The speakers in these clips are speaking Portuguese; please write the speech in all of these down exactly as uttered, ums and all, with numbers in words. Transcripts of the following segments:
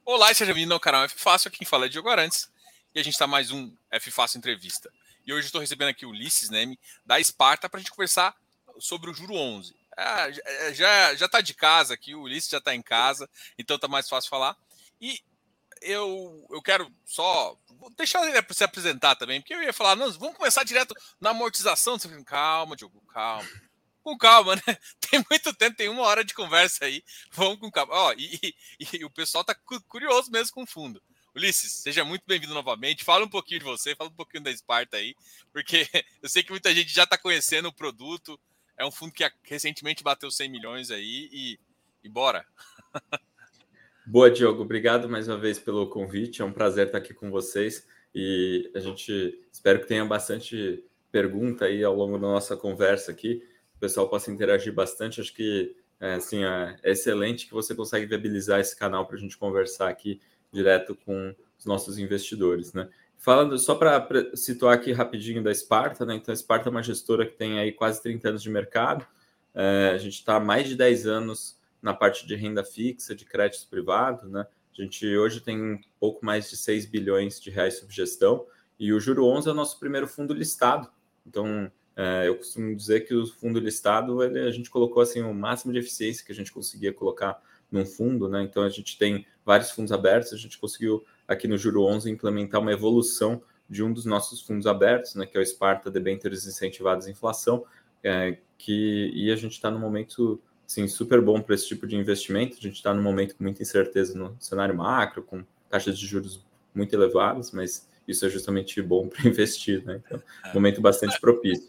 Olá e seja bem-vindo ao canal F Fácil, aqui quem fala é Diogo Arantes e a gente está mais um F Fácil Entrevista. E hoje estou recebendo aqui o Ulisses Neme, da Sparta, para a gente conversar sobre o Juro onze. Ah, já já está de casa aqui, o Ulisses já está em casa, então está mais fácil falar. E eu, eu quero só vou deixar ele se apresentar também, porque eu ia falar, não, vamos começar direto na amortização. Você fala, calma, Diogo, calma. Com calma, né? Tem muito tempo, tem uma hora de conversa aí. Vamos com calma. Ó, e, e, e o pessoal tá curioso mesmo com o fundo. Ulisses, seja muito bem-vindo novamente. Fala um pouquinho de você, fala um pouquinho da Sparta aí, porque eu sei que muita gente já está conhecendo o produto. É um fundo que recentemente bateu cem milhões aí e, e bora. Boa, Diogo. Obrigado mais uma vez pelo convite. É um prazer estar aqui com vocês e a gente espero que tenha bastante pergunta aí ao longo da nossa conversa aqui. O pessoal possa interagir bastante. Acho que é, assim, é excelente que você consegue viabilizar esse canal para a gente conversar aqui direto com os nossos investidores, né? Falando só para situar aqui rapidinho da Sparta, né? Então, a Sparta é uma gestora que tem aí quase trinta anos de mercado. É, a gente está há mais de dez anos na parte de renda fixa, de crédito privado, né? A gente hoje tem um pouco mais de seis bilhões de reais sob gestão e o Juro onze é o nosso primeiro fundo listado. Então, é, eu costumo dizer que o fundo listado, ele, a gente colocou assim o máximo de eficiência que a gente conseguia colocar num fundo, né? Então, a gente tem vários fundos abertos, a gente conseguiu aqui no Juro onze implementar uma evolução de um dos nossos fundos abertos, né? Que é o Sparta Debêntures Incentivadas à Inflação, é, que, e a gente está no momento sim, super bom para esse tipo de investimento. A gente está num momento com muita incerteza no cenário macro, com taxas de juros muito elevadas, mas isso é justamente bom para investir, né? Então, momento bastante propício.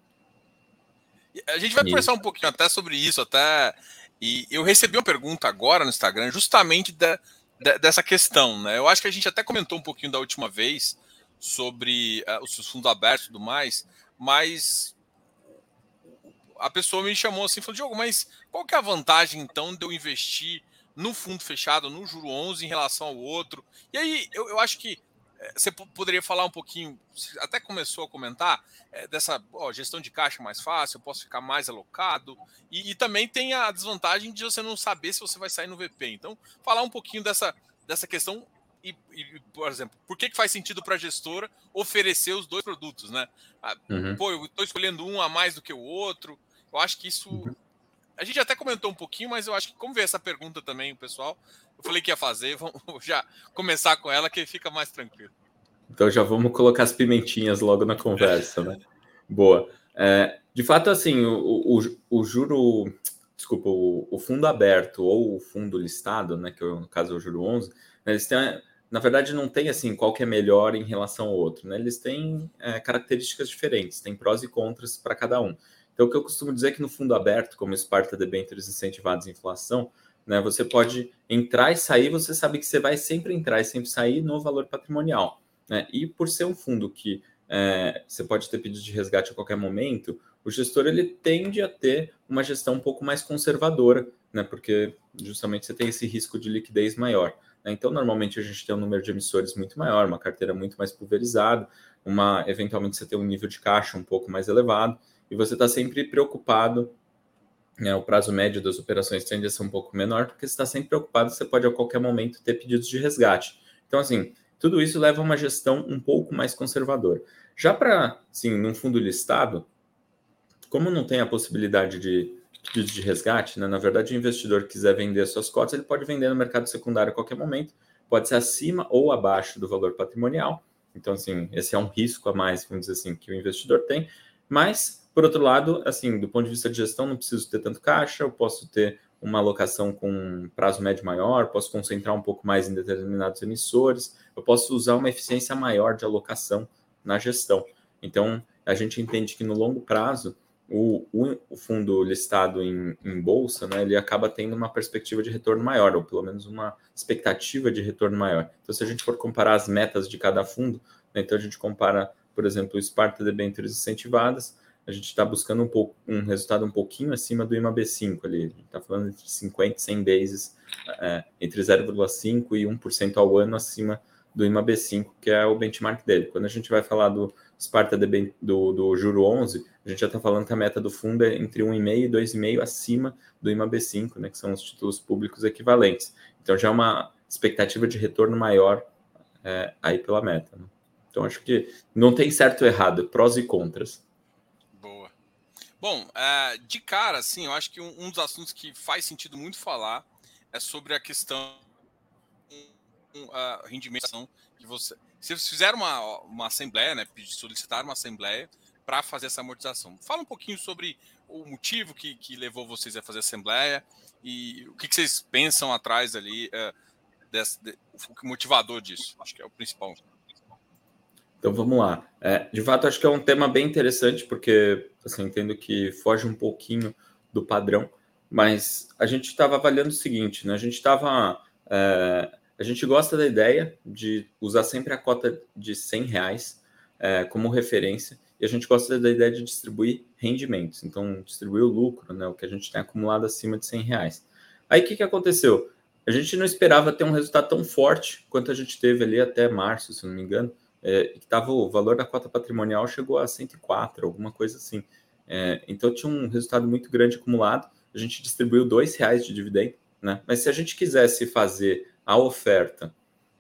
A gente vai conversar um pouquinho até sobre isso, até. E eu recebi uma pergunta agora no Instagram, justamente da, da, dessa questão, né? Eu acho que a gente até comentou um pouquinho da última vez sobre uh, os fundos abertos e tudo mais, mas a pessoa me chamou assim e falou, Diogo, mas qual que é a vantagem, então, de eu investir no fundo fechado, no Juro onze, em relação ao outro? E aí, eu, eu acho que é, você poderia falar um pouquinho, até começou a comentar, é, dessa ó, gestão de caixa mais fácil, eu posso ficar mais alocado, e, e também tem a desvantagem de você não saber se você vai sair no V P. Então, falar um pouquinho dessa, dessa questão. E, e, por exemplo, por que, que faz sentido para a gestora oferecer os dois produtos, né? Ah, Uhum. Pô, eu estou escolhendo um a mais do que o outro. Eu acho que isso. A gente até comentou um pouquinho, mas eu acho que, como veio essa pergunta também, o pessoal, eu falei que ia fazer, vamos já começar com ela, que fica mais tranquilo. Então já vamos colocar as pimentinhas logo na conversa, né? Boa. É, de fato, assim, o, o, o juro, desculpa, o, o fundo aberto ou o fundo listado, né, que no caso é o Juro onze, né, eles têm, na verdade, não tem assim qual que é melhor em relação ao outro, né? Eles têm é, características diferentes, tem prós e contras para cada um. Então, o que eu costumo dizer é que no fundo aberto, como Sparta Debêntures Incentivadas à Inflação, né, você pode entrar e sair, você sabe que você vai sempre entrar e sempre sair no valor patrimonial. Né? E por ser um fundo que é, você pode ter pedido de resgate a qualquer momento, o gestor ele tende a ter uma gestão um pouco mais conservadora, né? Porque justamente você tem esse risco de liquidez maior. Né? Então, normalmente a gente tem um número de emissores muito maior, uma carteira muito mais pulverizada, uma, eventualmente você tem um nível de caixa um pouco mais elevado, e você está sempre preocupado. Né, o prazo médio das operações tende a ser um pouco menor, porque você está sempre preocupado, você pode a qualquer momento ter pedidos de resgate. Então, assim, tudo isso leva a uma gestão um pouco mais conservadora. Já para, sim, num fundo listado, como não tem a possibilidade de pedidos de resgate, né, na verdade, o investidor quiser vender suas cotas, ele pode vender no mercado secundário a qualquer momento, pode ser acima ou abaixo do valor patrimonial. Então, assim, esse é um risco a mais, vamos dizer assim, que o investidor tem. Mas, por outro lado, assim, do ponto de vista de gestão, não preciso ter tanto caixa, eu posso ter uma alocação com um prazo médio maior, posso concentrar um pouco mais em determinados emissores, eu posso usar uma eficiência maior de alocação na gestão. Então, a gente entende que no longo prazo, o, o, o fundo listado em, em bolsa, né, ele acaba tendo uma perspectiva de retorno maior, ou pelo menos uma expectativa de retorno maior. Então, se a gente for comparar as metas de cada fundo, né, então a gente compara, por exemplo, o Sparta Debêntures Incentivadas, a gente está buscando um, pouco, um resultado um pouquinho acima do I M A B cinco ali. A gente está falando entre cinquenta e cem bases, é, entre zero vírgula cinco e um por cento ao ano acima do I M A B cinco, que é o benchmark dele. Quando a gente vai falar do Sparta do, do Juro onze, a gente já está falando que a meta do fundo é entre um vírgula cinco e dois vírgula cinco acima do I M A B cinco, né, que são os títulos públicos equivalentes. Então já é uma expectativa de retorno maior é, aí pela meta. Né? Então, acho que não tem certo ou errado, prós e contras. Boa. Bom, uh, de cara, assim, eu acho que um, um dos assuntos que faz sentido muito falar é sobre a questão a rendimentação que você... Se vocês fizeram uma, uma assembleia, né, solicitaram uma assembleia para fazer essa amortização. Fala um pouquinho sobre o motivo que, que levou vocês a fazer a assembleia e o que, que vocês pensam atrás ali, uh, desse, de, o motivador disso. Acho que é o principal. Então, vamos lá. É, de fato, acho que é um tema bem interessante, porque assim, entendo que foge um pouquinho do padrão, mas a gente estava avaliando o seguinte, né? A gente estava... É, a gente gosta da ideia de usar sempre a cota de cem reais é, como referência, e a gente gosta da ideia de distribuir rendimentos, então distribuir o lucro, né, o que a gente tem acumulado acima de cem reais. Aí o que, que aconteceu? A gente não esperava ter um resultado tão forte quanto a gente teve ali até março, se não me engano, é, que tava, o valor da cota patrimonial chegou a cento e quatro, alguma coisa assim. É, então tinha um resultado muito grande acumulado, a gente distribuiu dois reais de dividendo, né? Mas se a gente quisesse fazer a oferta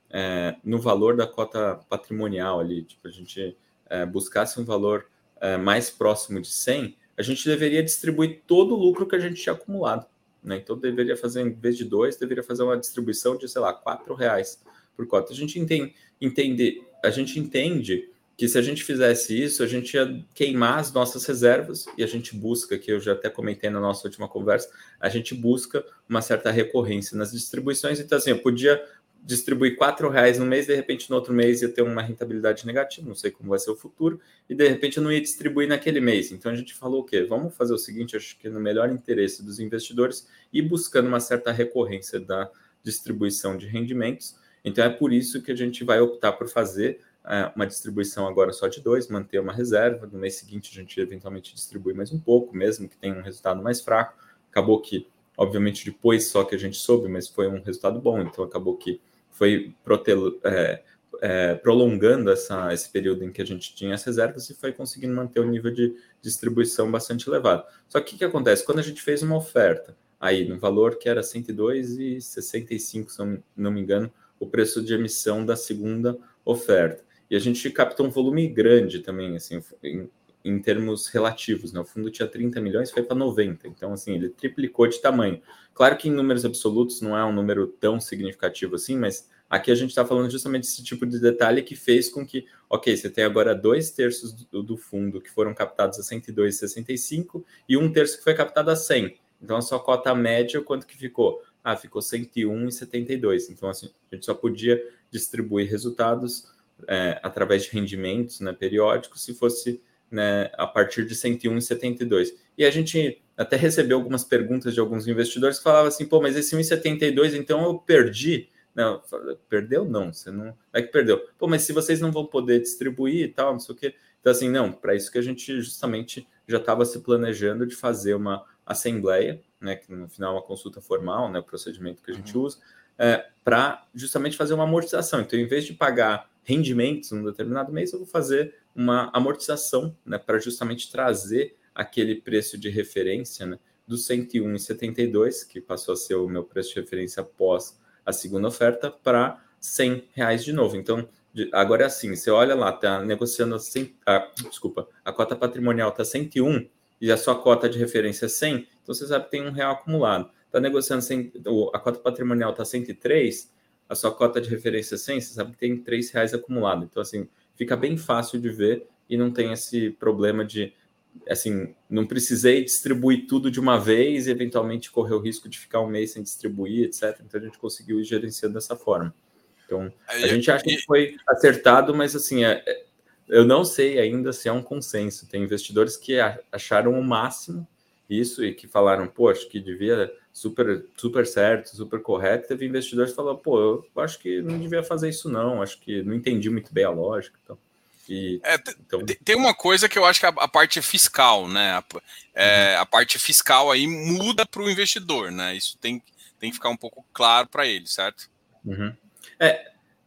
é, no valor da cota patrimonial ali, tipo, a gente é, buscasse um valor é, mais próximo de cem, a gente deveria distribuir todo o lucro que a gente tinha acumulado, né? Então deveria fazer, em vez de dois, deveria fazer uma distribuição de, sei lá, quatro reais por cota. A gente entende, entende, a gente entende que se a gente fizesse isso, a gente ia queimar as nossas reservas, e a gente busca, que eu já até comentei na nossa última conversa, a gente busca uma certa recorrência nas distribuições. Então, assim, eu podia distribuir quatro reais no mês, de repente no outro mês ia ter uma rentabilidade negativa, não sei como vai ser o futuro, e de repente eu não ia distribuir naquele mês. Então a gente falou o quê? Vamos fazer o seguinte, acho que no melhor interesse dos investidores, ir buscando uma certa recorrência da distribuição de rendimentos. Então é por isso que a gente vai optar por fazer é, uma distribuição agora só de dois, manter uma reserva, no mês seguinte a gente eventualmente distribui mais um pouco, mesmo que tenha um resultado mais fraco. Acabou que, obviamente, depois só que a gente soube, mas foi um resultado bom, então acabou que foi protel- é, é, prolongando essa, esse período em que a gente tinha as reservas e foi conseguindo manter o nível de distribuição bastante elevado. Só que o que acontece? Quando a gente fez uma oferta, aí no valor que era cento e dois reais e sessenta e cinco centavos, se não me engano, o preço de emissão da segunda oferta. E a gente captou um volume grande também, assim, em, em termos relativos, né? O fundo tinha trinta milhões, foi para noventa, então assim, ele triplicou de tamanho. Claro que em números absolutos não é um número tão significativo assim, mas aqui a gente está falando justamente desse tipo de detalhe que fez com que, ok, você tem agora dois terços do, do fundo que foram captados a cento e dois reais e sessenta e cinco e um terço que foi captado a cem. Então a sua cota média, quanto que ficou? Ah, ficou cento e um reais e setenta e dois. Então assim, a gente só podia distribuir resultados é, através de rendimentos, né, periódicos, se fosse, né, a partir de cento e um reais e setenta e dois. E a gente até recebeu algumas perguntas de alguns investidores que falavam assim, pô, mas esse um real e setenta e dois, então eu perdi. Não, perdeu não, você não é que perdeu. Pô, mas se vocês não vão poder distribuir e tal, não sei o quê. Então, assim, não, para isso que a gente justamente já estava se planejando de fazer uma assembleia, né, que no final é uma consulta formal, né, o procedimento que a gente usa, é, para justamente fazer uma amortização. Então, em vez de pagar rendimentos num determinado mês, eu vou fazer uma amortização, né, para justamente trazer aquele preço de referência, né, do cento e um reais e setenta e dois, que passou a ser o meu preço de referência após a segunda oferta, para cem reais de novo. Então, agora é assim, você olha lá, está negociando, cem, ah, desculpa, a cota patrimonial está cento e um e a sua cota de referência é cem, então você sabe que tem um real acumulado. Está negociando, cem, a cota patrimonial está cento e três, a sua cota de referência é cem, você sabe que tem três reais acumulado. Então, assim, fica bem fácil de ver e não tem esse problema de, assim, não precisei distribuir tudo de uma vez e eventualmente correr o risco de ficar um mês sem distribuir, etcétera. Então a gente conseguiu ir gerenciando dessa forma. Então a gente acha que foi acertado, mas assim, é, é, eu não sei ainda se é um consenso. Tem investidores que acharam o máximo isso e que falaram, pô, acho que devia super, super certo, super correto. Teve investidores que falaram, pô, eu acho que não devia fazer isso não, acho que não entendi muito bem a lógica. Então. E, é, então... Tem uma coisa que eu acho que a, a parte fiscal, né? A, é, uhum. a parte fiscal aí muda para o investidor, né? Isso tem, tem que ficar um pouco claro para ele, certo? Uhum. É,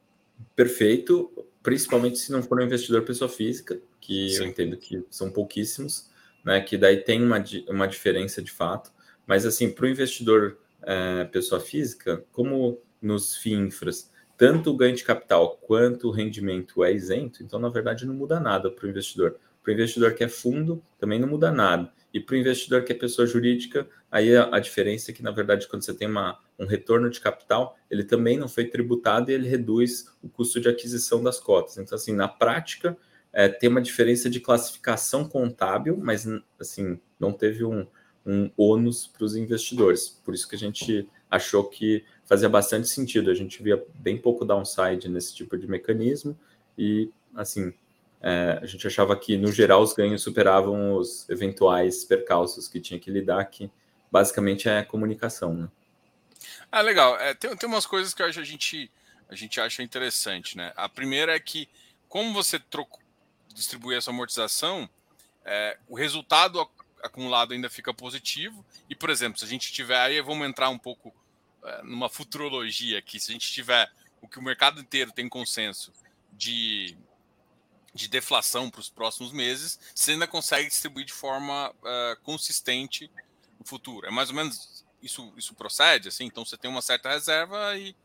perfeito, principalmente se não for um investidor pessoa física, que Sim. eu entendo que são pouquíssimos, né? Que daí tem uma, uma diferença de fato. Mas assim, para o investidor é, pessoa física, como nos F I I Infras, tanto o ganho de capital quanto o rendimento é isento, então, na verdade, não muda nada para o investidor. Para o investidor que é fundo, também não muda nada. E para o investidor que é pessoa jurídica, aí a, a diferença é que, na verdade, quando você tem uma, um retorno de capital, ele também não foi tributado e ele reduz o custo de aquisição das cotas. Então, assim, na prática, é, tem uma diferença de classificação contábil, mas, assim, não teve um, um ônus para os investidores. Por isso que a gente achou que fazia bastante sentido. A gente via bem pouco downside nesse tipo de mecanismo e, assim, é, a gente achava que, no geral, os ganhos superavam os eventuais percalços que tinha que lidar, que basicamente é comunicação, né? Ah, legal. É, tem, tem umas coisas que a gente, a gente acha interessante, né? A primeira é que, como você trocou, distribui essa amortização, é, o resultado acumulado ainda fica positivo. E, por exemplo, se a gente tiver, aí vamos entrar um pouco é, numa futurologia aqui, se a gente tiver o que o mercado inteiro tem consenso de, de deflação para os próximos meses, você ainda consegue distribuir de forma uh, consistente no futuro. É mais ou menos isso, isso procede, assim? Então você tem uma certa reserva e...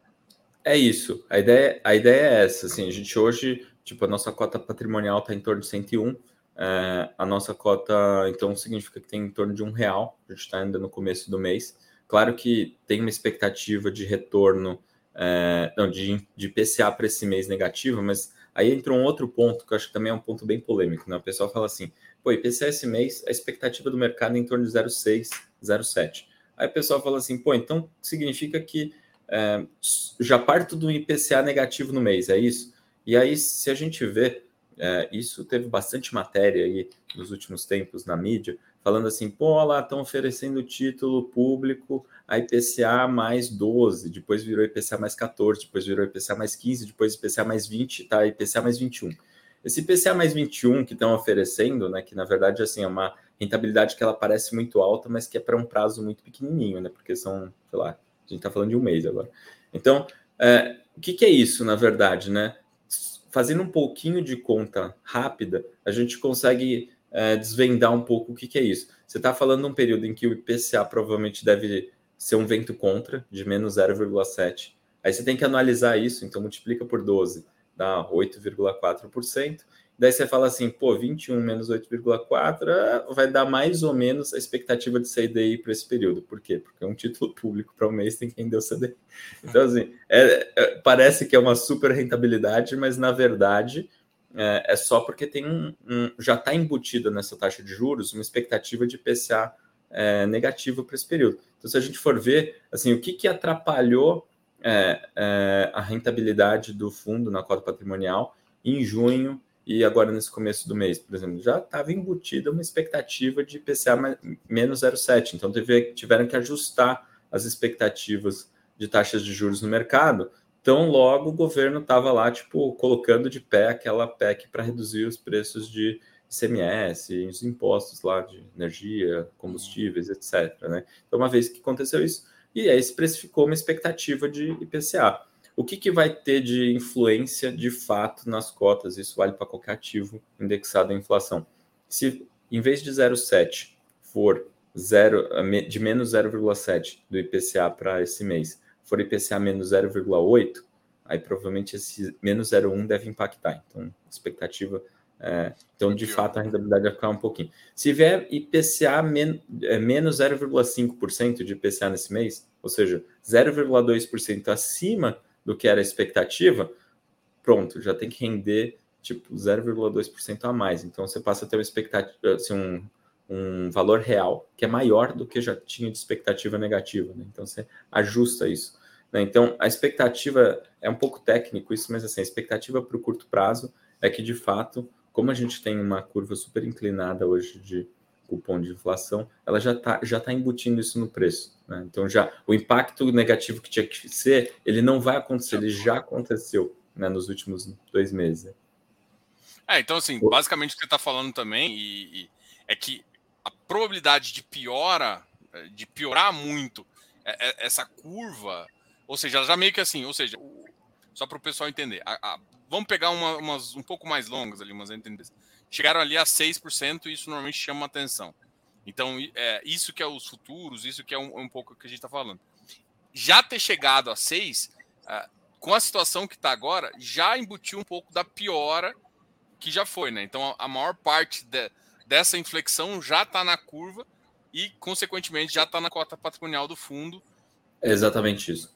É isso. A ideia, a ideia é essa. Assim, a gente hoje, tipo, a nossa cota patrimonial está em torno de cento e um. É, a nossa cota, então, significa que tem em torno de um real. A gente está ainda no começo do mês. Claro que tem uma expectativa de retorno, é, não, de, de I P C A para esse mês negativa, mas aí entra um outro ponto que eu acho que também é um ponto bem polêmico, né? O pessoal fala assim, pô, I P C A esse mês, a expectativa do mercado é em torno de zero vírgula seis, zero vírgula sete. Aí o pessoal fala assim, pô, então significa que é, já parto do I P C A negativo no mês, é isso? E aí, se a gente vê, é, isso teve bastante matéria aí nos últimos tempos na mídia, falando assim, pô, lá estão oferecendo título público a I P C A mais doze, depois virou I P C A mais quatorze, depois virou I P C A mais quinze, depois I P C A mais vinte, tá? I P C A mais vinte e um. Esse I P C A mais vinte e um que estão oferecendo, né, que na verdade assim, é uma rentabilidade que ela parece muito alta, mas que é para um prazo muito pequenininho, né? Porque são, sei lá, a gente está falando de um mês agora. Então, é, o que, que é isso, na verdade, né? Fazendo um pouquinho de conta rápida, a gente consegue é, desvendar um pouco o que, que é isso. Você está falando de um período em que o I P C A provavelmente deve ser um vento contra, de menos zero vírgula sete. Aí você tem que analisar isso, então multiplica por doze, dá oito vírgula quatro por cento. Daí você fala assim, pô, vinte e um menos oito vírgula quatro vai dar mais ou menos a expectativa de C D I para esse período. Por quê? Porque é um título público para um mês, tem que render o C D I. Então, assim, é, é, parece que é uma super rentabilidade, mas na verdade é, é só porque tem um, um já está embutida nessa taxa de juros uma expectativa de I P C A é, negativa para esse período. Então, se a gente for ver, assim, o que, que atrapalhou é, é, a rentabilidade do fundo na cota patrimonial em junho e agora nesse começo do mês, por exemplo, já estava embutida uma expectativa de I P C A menos zero vírgula sete, então teve, tiveram que ajustar as expectativas de taxas de juros no mercado, então logo o governo estava lá, tipo, colocando de pé aquela P E C para reduzir os preços de I C M S, os impostos lá de energia, combustíveis, etcétera, né? Então, uma vez que aconteceu isso, e aí se precificou uma expectativa de I P C A. O que, que vai ter de influência de fato nas cotas? Isso vale para qualquer ativo indexado à inflação. Se em vez de zero vírgula sete for zero, de menos zero vírgula sete do I P C A para esse mês, for I P C A menos zero vírgula oito, aí provavelmente esse menos zero vírgula um deve impactar. Então, expectativa... É, então, de fato, a rentabilidade vai ficar um pouquinho. Se vier I P C A men, é, menos zero vírgula cinco por cento de I P C A nesse mês, ou seja, zero vírgula dois por cento acima do que era a expectativa, pronto, já tem que render tipo zero vírgula dois por cento a mais. Então, você passa a ter uma expectativa, assim, um, um valor real que é maior do que já tinha de expectativa negativa. Né? Então, você ajusta isso. Né? Então, a expectativa é um pouco técnico isso, mas assim, a expectativa para o curto prazo é que, de fato, como a gente tem uma curva super inclinada hoje de cupom de inflação, ela já está já tá embutindo isso no preço. Né? Então, já o impacto negativo que tinha que ser, ele não vai acontecer, ele já aconteceu, né, nos últimos dois meses. Né? É, então, assim, basicamente o que você está falando também e, e é que a probabilidade de piora, de piorar muito essa curva, ou seja, ela já meio que assim, ou seja, só para o pessoal entender, a, a, vamos pegar uma, umas um pouco mais longas ali, umas entender. Chegaram ali a seis por cento e isso normalmente chama atenção. Então, é, isso que é os futuros, isso que é um, um pouco o que a gente está falando. já ter chegado a seis, uh, com a situação que está agora, já embutiu um pouco da piora que já foi, né? Então, a maior parte de, dessa inflexão já está na curva e, consequentemente, já está na cota patrimonial do fundo. É exatamente isso.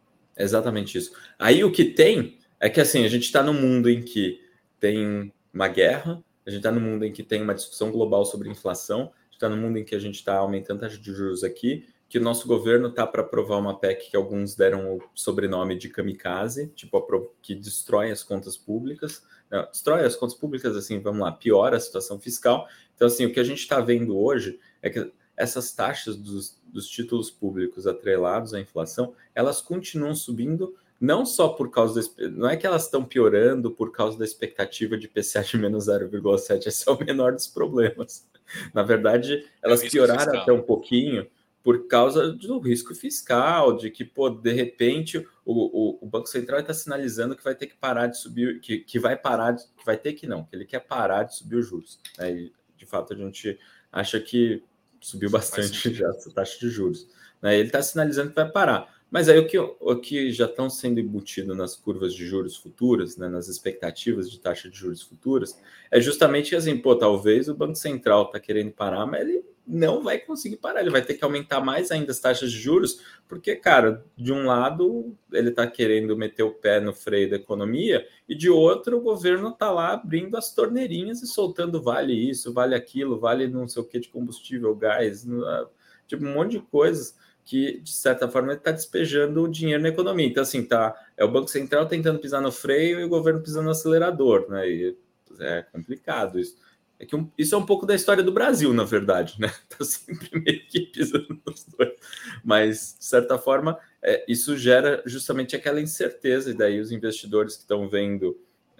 É exatamente isso. Aí o que tem é que, assim, a gente está num mundo em que tem uma guerra, a gente está num mundo em que tem uma discussão global sobre inflação, a gente está num mundo em que a gente está aumentando a taxa de juros aqui, que o nosso governo está para aprovar uma P E C que alguns deram o sobrenome de kamikaze, tipo, que destrói as contas públicas. Não, destrói as contas públicas, assim, vamos lá, piora a situação fiscal. Então, assim, o que a gente está vendo hoje é que essas taxas dos, dos títulos públicos atrelados à inflação, elas continuam subindo, não só por causa, da, não é que elas estão piorando por causa da expectativa de I P C A de menos zero vírgula sete, esse é o menor dos problemas. Na verdade, elas é pioraram fiscal. Até um pouquinho por causa do risco fiscal, de que, pô, de repente, o, o, o Banco Central está sinalizando que vai ter que parar de subir, que, que vai parar, de, que vai ter que não, que ele quer parar de subir os juros. Né? E, de fato, a gente acha que subiu bastante já essa taxa de juros. Né? Ele está sinalizando que vai parar. Mas aí o que, o que já estão sendo embutido nas curvas de juros futuras, né, nas expectativas de taxa de juros futuras, é justamente assim, pô, talvez o Banco Central está querendo parar, mas ele não vai conseguir parar, ele vai ter que aumentar mais ainda as taxas de juros, porque, cara, de um lado ele está querendo meter o pé no freio da economia, e de outro o governo está lá abrindo as torneirinhas e soltando vale isso, vale aquilo, vale não sei o que de combustível, gás, tipo um monte de coisas que, de certa forma, está despejando o dinheiro na economia. Então, assim, tá, é o Banco Central tentando pisar no freio e o governo pisando no acelerador, né? E é complicado isso. É que um, isso é um pouco da história do Brasil, na verdade, né? Tá sempre meio que pisando nos dois. Mas, de certa forma, é, isso gera justamente aquela incerteza, e daí os investidores que estão vendo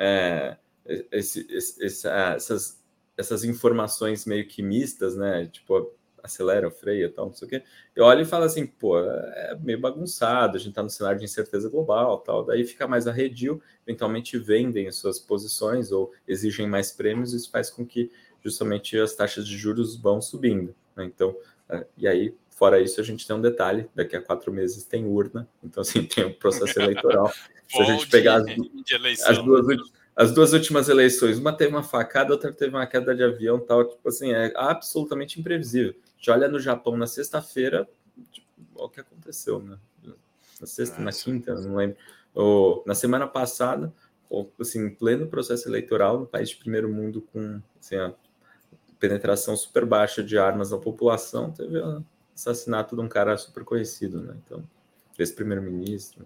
é, esse, esse, essa, essas, essas informações meio que mistas, né? Tipo, acelera, freia e tal, não sei o quê. Eu olho e falo assim, pô, é meio bagunçado, a gente tá no cenário de incerteza global, tal, daí fica mais arredio, eventualmente vendem as suas posições ou exigem mais prêmios, isso faz com que justamente as taxas de juros vão subindo, né? Então, é, e aí, fora isso, a gente tem um detalhe, daqui a quatro meses tem urna, então assim, tem um processo eleitoral. Se a gente pegar as, as duas últimas As duas últimas eleições, uma teve uma facada, outra teve uma queda de avião, tal, tipo assim, é absolutamente imprevisível. A gente olha no Japão na sexta-feira, tipo, olha o que aconteceu, né? Na sexta, Nossa. na quinta, não lembro. Ou, na semana passada, ou, assim, em pleno processo eleitoral, no país de primeiro mundo, com assim, a penetração super baixa de armas na população, teve o assassinato de um cara super conhecido, né? Então, esse primeiro-ministro.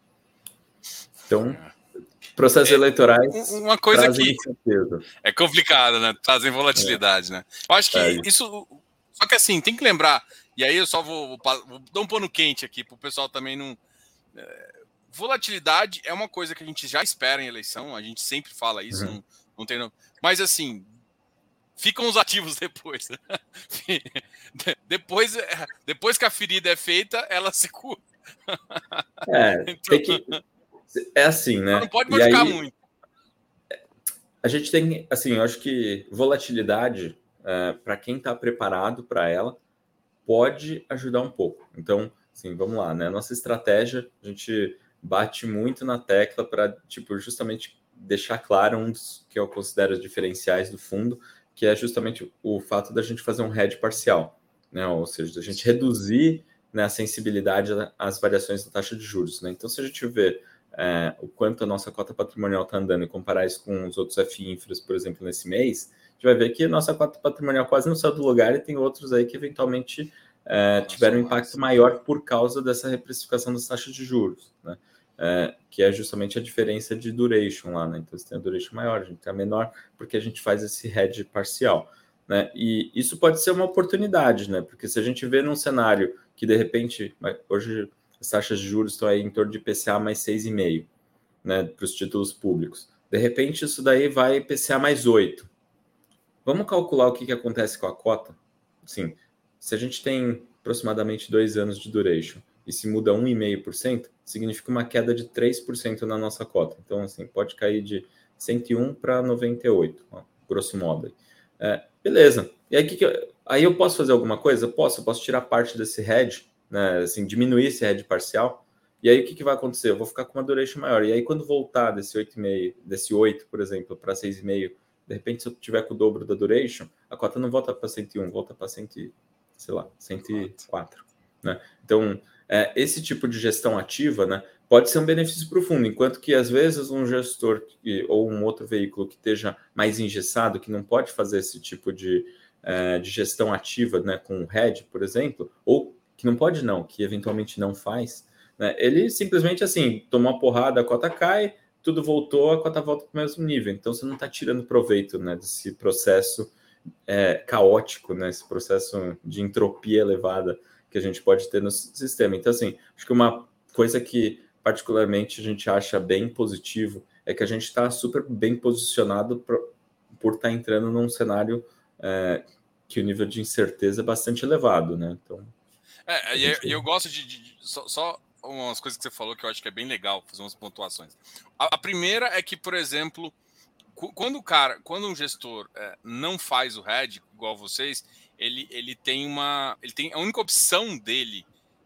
Então, então processos é, eleitorais uma coisa trazem que incerteza. É complicado, né? Trazem volatilidade, é. né? Eu acho que é. isso... Só que assim, tem que lembrar, e aí eu só vou, vou, vou dar um pano quente aqui para o pessoal também não... É, volatilidade é uma coisa que a gente já espera em eleição, a gente sempre fala isso, uhum. não, não tem... Não, mas assim, ficam os ativos depois. depois, depois que a ferida é feita, ela se cura. É, então, tem que... É assim, né? Não pode machucar aí, muito. A gente tem, assim, eu acho que volatilidade, é, para quem está preparado para ela, pode ajudar um pouco. Então, assim, vamos lá, né? Nossa estratégia, a gente bate muito na tecla para, tipo, justamente deixar claro um dos que eu considero os diferenciais do fundo, que é justamente o fato da gente fazer um hedge parcial, né? Ou seja, da gente reduzir, né, a sensibilidade às variações da taxa de juros, né? Então, se a gente vê É, o quanto a nossa cota patrimonial está andando e comparar isso com os outros F I infras, por exemplo, nesse mês, a gente vai ver que a nossa cota patrimonial quase não saiu do lugar e tem outros aí que eventualmente é, tiveram um impacto maior por causa dessa reprecificação das taxas de juros, né? É, que é justamente a diferença de duration lá, né? Então, você tem a duration maior, a gente tem a menor, porque a gente faz esse hedge parcial, né? E isso pode ser uma oportunidade, né? Porque se a gente vê num cenário que, de repente, hoje... as taxas de juros estão aí em torno de I P C A mais seis vírgula cinco, né, para os títulos públicos. De repente, isso daí vai I P C A mais oito. Vamos calcular o que, que acontece com a cota? Sim, se a gente tem aproximadamente dois anos de duration e se muda um vírgula cinco por cento, significa uma queda de três por cento na nossa cota. Então, assim, pode cair de cento e um para noventa e oito, ó, grosso modo. É, beleza. E aí, que que eu, aí eu posso fazer alguma coisa? Posso, eu posso tirar parte desse hedge, né, assim, diminuir esse hedge parcial, e aí o que, que vai acontecer? Eu vou ficar com uma duration maior, e aí quando voltar desse oito vírgula cinco, desse oito, por exemplo, para seis vírgula cinco, de repente se eu tiver com o dobro da duration, a cota não volta para cento e um, volta para cem, sei lá, cento e quatro, né? Então, é, esse tipo de gestão ativa, né, pode ser um benefício para o fundo, enquanto que às vezes um gestor que, ou um outro veículo que esteja mais engessado, que não pode fazer esse tipo de, é, de gestão ativa, né, com o hedge, por exemplo, ou que não pode não, que eventualmente não faz, né, ele simplesmente assim, tomou uma porrada, a cota cai, tudo voltou, a cota volta para o mesmo nível. Então você não está tirando proveito, né, desse processo é, caótico, né, esse processo de entropia elevada que a gente pode ter no sistema. Então, assim, acho que uma coisa que particularmente a gente acha bem positivo é que a gente está super bem posicionado pro, por estar tá entrando num cenário é, que o nível de incerteza é bastante elevado, né? Então, é, e gente... eu, eu gosto de, de, de só, só umas coisas que você falou que eu acho que é bem legal fazer umas pontuações. A, a primeira é que, por exemplo, quando o cara, quando um gestor é, não faz o hedge igual vocês, ele, ele tem uma, ele tem a única opção dele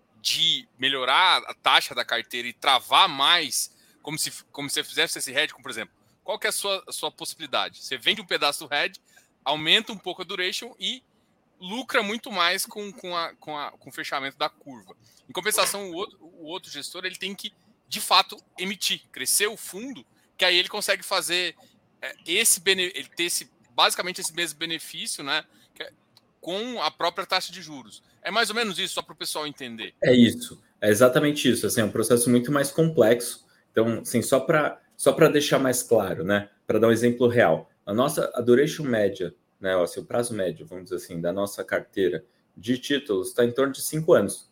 de melhorar a taxa da carteira e travar mais, como se, como se você fizesse esse hedge, como por exemplo, qual que é a sua, a sua possibilidade? Você vende um pedaço do hedge, aumenta um pouco a duration e lucra muito mais com, com, a, com, a, com o fechamento da curva. Em compensação, o outro, o outro gestor ele tem que, de fato, emitir, crescer o fundo, que aí ele consegue fazer é, esse ele ter esse, basicamente esse mesmo benefício, né, é, com a própria taxa de juros. É mais ou menos isso, só para o pessoal entender. É isso, é exatamente isso. Assim, é um processo muito mais complexo. Então, assim, só para só para deixar mais claro, né, para dar um exemplo real, a nossa a duration média, né, ó, assim, o prazo médio, vamos dizer assim, da nossa carteira de títulos está em torno de cinco anos.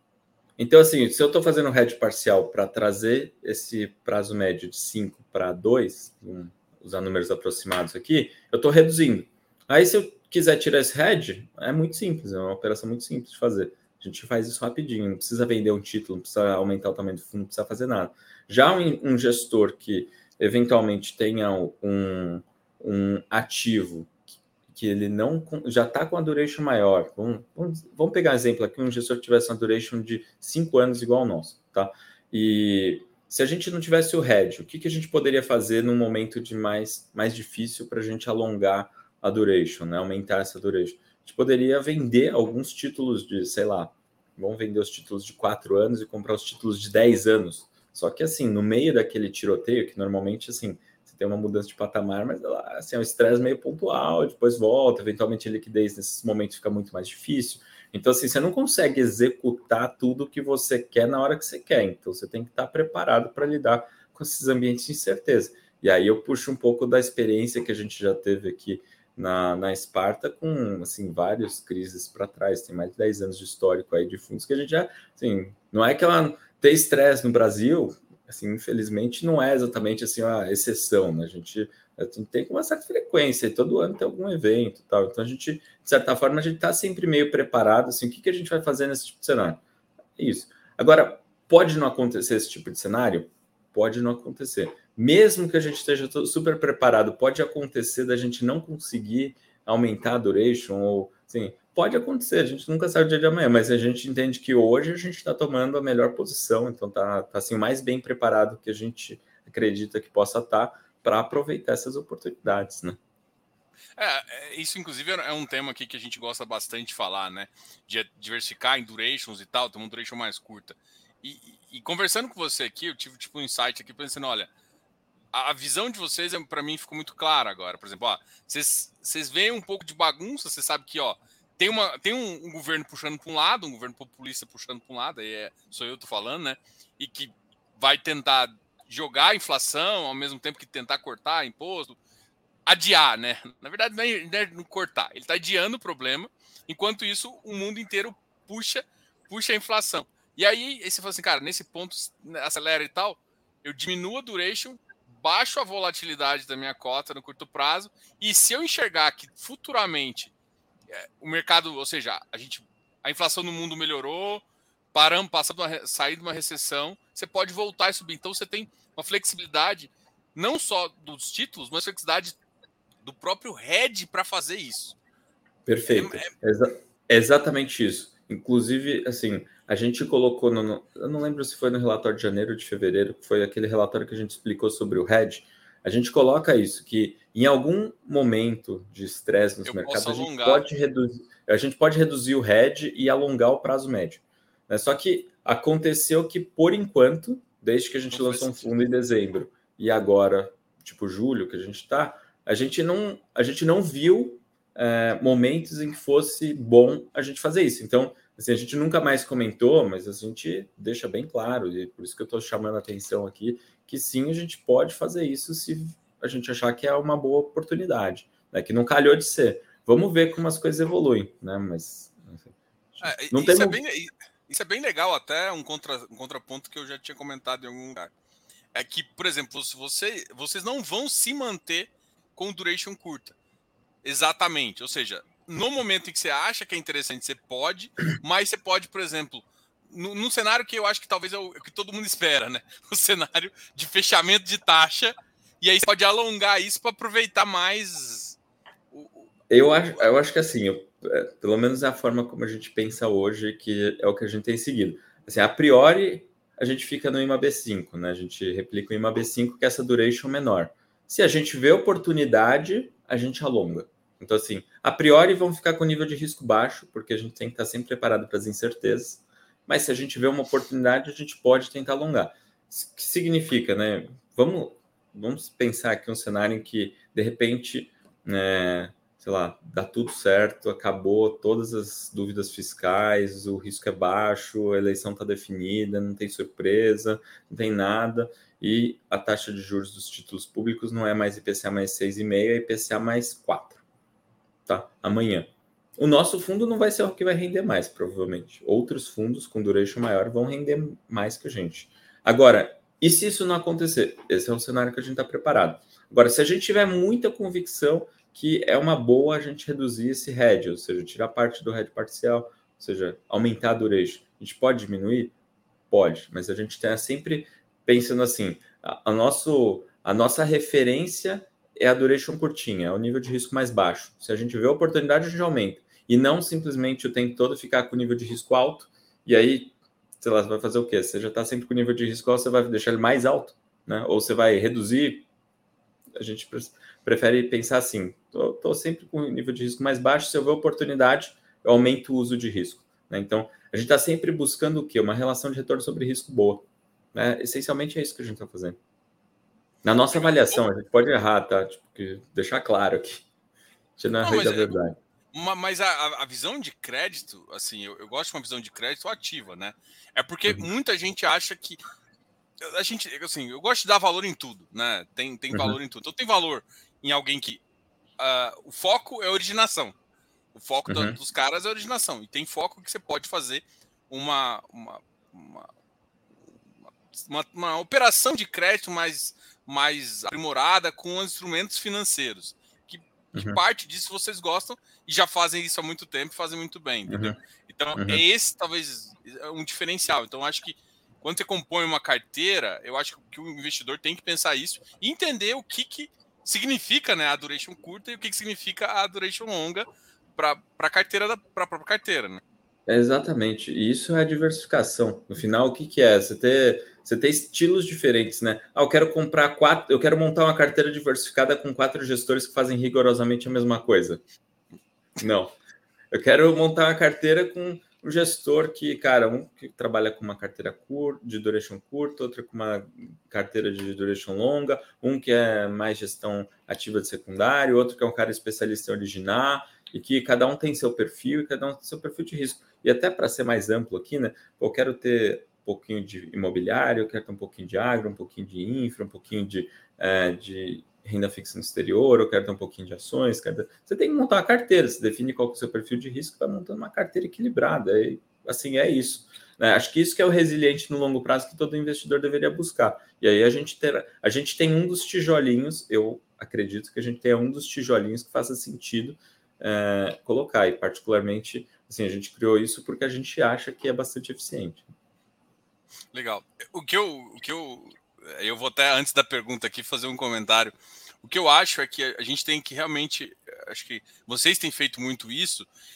Então, assim, se eu estou fazendo hedge parcial para trazer esse prazo médio de cinco para dois, um, usar números aproximados aqui, eu estou reduzindo. Aí, se eu quiser tirar esse hedge, é muito simples, é uma operação muito simples de fazer. A gente faz isso rapidinho, não precisa vender um título, não precisa aumentar o tamanho do fundo, não precisa fazer nada. Já um, um gestor que eventualmente tenha um, um ativo que ele não já está com a duration maior. Vamos, vamos, vamos pegar um exemplo aqui, um gestor que tivesse uma duration de cinco anos igual ao nosso, tá? E se a gente não tivesse o hedge, o que, que a gente poderia fazer num momento de mais, mais difícil para a gente alongar a duration, né? Aumentar essa duration? A gente poderia vender alguns títulos de, sei lá, vamos vender os títulos de quatro anos e comprar os títulos de dez anos. Só que assim, no meio daquele tiroteio, que normalmente assim, tem uma mudança de patamar, mas assim, é um estresse meio pontual, depois volta, eventualmente a liquidez nesses momentos fica muito mais difícil. Então, assim, você não consegue executar tudo que você quer na hora que você quer. Então, você tem que estar preparado para lidar com esses ambientes de incerteza. E aí eu puxo um pouco da experiência que a gente já teve aqui na, na Esparta, com assim, várias crises para trás. Tem mais de dez anos de histórico aí de fundos que a gente já, assim, não é que ela tem estresse no Brasil, assim, infelizmente, não é exatamente assim a exceção, né? A gente, a gente tem com uma certa frequência, e todo ano tem algum evento e tal. Então, a gente, de certa forma, a gente está sempre meio preparado, assim, o que, que a gente vai fazer nesse tipo de cenário? Isso. Agora, pode não acontecer esse tipo de cenário? Pode não acontecer. Mesmo que a gente esteja super preparado, pode acontecer da gente não conseguir aumentar a duration, ou, assim, pode acontecer, a gente nunca sabe o dia de amanhã, mas a gente entende que hoje a gente está tomando a melhor posição, então está tá, assim, mais bem preparado que a gente acredita que possa estar tá, para aproveitar essas oportunidades, né? É, isso inclusive é um tema aqui que a gente gosta bastante de falar, né? De diversificar em durations e tal, ter uma duration mais curta. E, e, e conversando com você aqui, eu tive tipo um insight aqui pensando, olha, a, a visão de vocês para mim ficou muito clara agora. Por exemplo, ó, vocês, vocês veem um pouco de bagunça, você sabe que ó, tem, uma, tem um, um governo puxando para um lado, um governo populista puxando para um lado, aí é, sou eu tô falando, né? E que vai tentar jogar a inflação ao mesmo tempo que tentar cortar imposto, adiar, né? Na verdade, não é não cortar, ele está adiando o problema, enquanto isso o mundo inteiro puxa, puxa a inflação. E aí, aí você fala assim, cara, nesse ponto acelera e tal, eu diminuo a duration, baixo a volatilidade da minha cota no curto prazo, e se eu enxergar que futuramente é, o mercado, ou seja, a gente, a inflação no mundo melhorou, paramos, passamos a sair de uma recessão, você pode voltar e subir. Então você tem uma flexibilidade não só dos títulos, mas flexibilidade do próprio hedge para fazer isso. Perfeito. É, é... É exatamente isso. Inclusive, assim, a gente colocou, no, eu não lembro se foi no relatório de janeiro ou de fevereiro, que foi aquele relatório que a gente explicou sobre o hedge, a gente coloca isso, que em algum momento de estresse nos eu mercados, a gente, alongar. pode reduzir, a gente pode reduzir o hedge e alongar o prazo médio. Né? Só que aconteceu que, por enquanto, desde que a gente não lançou um fundo em dezembro e agora, tipo julho, que a gente está, a gente não, a gente não viu é, momentos em que fosse bom a gente fazer isso. Então, assim, a gente nunca mais comentou, mas a gente deixa bem claro, e por isso que eu estou chamando a atenção aqui, que sim, a gente pode fazer isso se a gente achar que é uma boa oportunidade, né? Que não calhou de ser. Vamos ver como as coisas evoluem, né? Mas enfim, é, não isso, temos... é bem, isso é bem legal, até um, contra, um contraponto que eu já tinha comentado em algum lugar. É que, por exemplo, se você, vocês não vão se manter com duration curta. Exatamente. Ou seja, no momento em que você acha que é interessante, você pode, mas você pode, por exemplo, no, num cenário que eu acho que talvez é o, é o que todo mundo espera, né? O cenário de fechamento de taxa, e aí você pode alongar isso para aproveitar mais. O, o, eu, acho, eu acho que assim, eu, é, pelo menos é a forma como a gente pensa hoje, que é o que a gente tem seguido. Assim, a priori, a gente fica no I M A B cinco, né? A gente replica o I M A B cinco, que é essa duration menor. Se a gente vê oportunidade, a gente alonga. Então, assim, a priori vão ficar com nível de risco baixo, porque a gente tem que estar sempre preparado para as incertezas. Mas se a gente vê uma oportunidade, a gente pode tentar alongar. O que significa, né? Vamos, vamos pensar aqui um cenário em que, de repente, né, sei lá, dá tudo certo, acabou todas as dúvidas fiscais, o risco é baixo, a eleição está definida, não tem surpresa, não tem nada, e a taxa de juros dos títulos públicos não é mais I P C A mais seis vírgula cinco, é I P C A mais quatro, tá? Amanhã. O nosso fundo não vai ser o que vai render mais, provavelmente. Outros fundos com duration maior vão render mais que a gente. Agora, e se isso não acontecer? Esse é um cenário que a gente está preparado. Agora, se a gente tiver muita convicção que é uma boa a gente reduzir esse hedge, ou seja, tirar parte do hedge parcial, ou seja, aumentar a duration, a gente pode diminuir? Pode, mas a gente está sempre pensando assim, a, a, nosso, a nossa referência é a duration curtinha, é o nível de risco mais baixo. Se a gente vê a oportunidade, a gente aumenta. E não simplesmente o tempo todo ficar com o nível de risco alto, e aí, sei lá, você vai fazer o quê? Você já está sempre com o nível de risco alto, você vai deixar ele mais alto, né? Ou você vai reduzir. A gente prefere pensar assim, estou sempre com o nível de risco mais baixo, se eu ver oportunidade, eu aumento o uso de risco. Né? Então, a gente está sempre buscando o quê? Uma relação de retorno sobre risco boa. Né? Essencialmente é isso que a gente está fazendo. Na nossa Legal. avaliação, a gente pode errar, tá? Tipo, que deixar claro aqui. A gente não é rei da verdade. Uma, mas a, a visão de crédito, assim, eu, eu gosto de uma visão de crédito ativa, né? É porque uhum. muita gente acha que a gente, assim, eu gosto de dar valor em tudo, né? Tem, tem uhum. valor em tudo. Então tem valor em alguém que uh, o foco é a originação. O foco uhum. da, dos caras é a originação. E tem foco que você pode fazer uma uma, uma, uma, uma operação de crédito mais, mais aprimorada com instrumentos financeiros. Que, que uhum. parte disso vocês gostam e já fazem isso há muito tempo e fazem muito bem, entendeu? Uhum. Então, uhum. é esse talvez um diferencial. Então, acho que quando você compõe uma carteira, eu acho que o investidor tem que pensar isso e entender o que, que significa, né, a duration curta e o que, que significa a duration longa para a carteira, para a própria carteira, né? Exatamente. E isso é a diversificação. No final, o que, que é? Você ter, você ter estilos diferentes, né? Ah, eu quero comprar quatro, eu quero montar uma carteira diversificada com quatro gestores que fazem rigorosamente a mesma coisa. Não. Eu quero montar uma carteira com um gestor que, cara, um que trabalha com uma carteira curta, de duration curta, outro com uma carteira de duration longa, um que é mais gestão ativa de secundário, outro que é um cara especialista em originar, e que cada um tem seu perfil e cada um tem seu perfil de risco. E até para ser mais amplo aqui, né? Eu quero ter um pouquinho de imobiliário, eu quero ter um pouquinho de agro, um pouquinho de infra, um pouquinho de, é, de renda fixa no exterior, eu quero ter um pouquinho de ações. Quero ter... Você tem que montar uma carteira, você define qual é o seu perfil de risco, vai montando uma carteira equilibrada. E, assim, é isso. Né? Acho que isso que é o resiliente no longo prazo que todo investidor deveria buscar. E aí a gente, ter... a gente tem um dos tijolinhos, eu acredito que a gente tem um dos tijolinhos que faça sentido é, colocar. E particularmente, assim, a gente criou isso porque a gente acha que é bastante eficiente. Legal. O que eu... O que eu... Eu vou até, antes da pergunta aqui, fazer um comentário. O que eu acho é que a gente tem que realmente... Acho que vocês têm feito muito isso,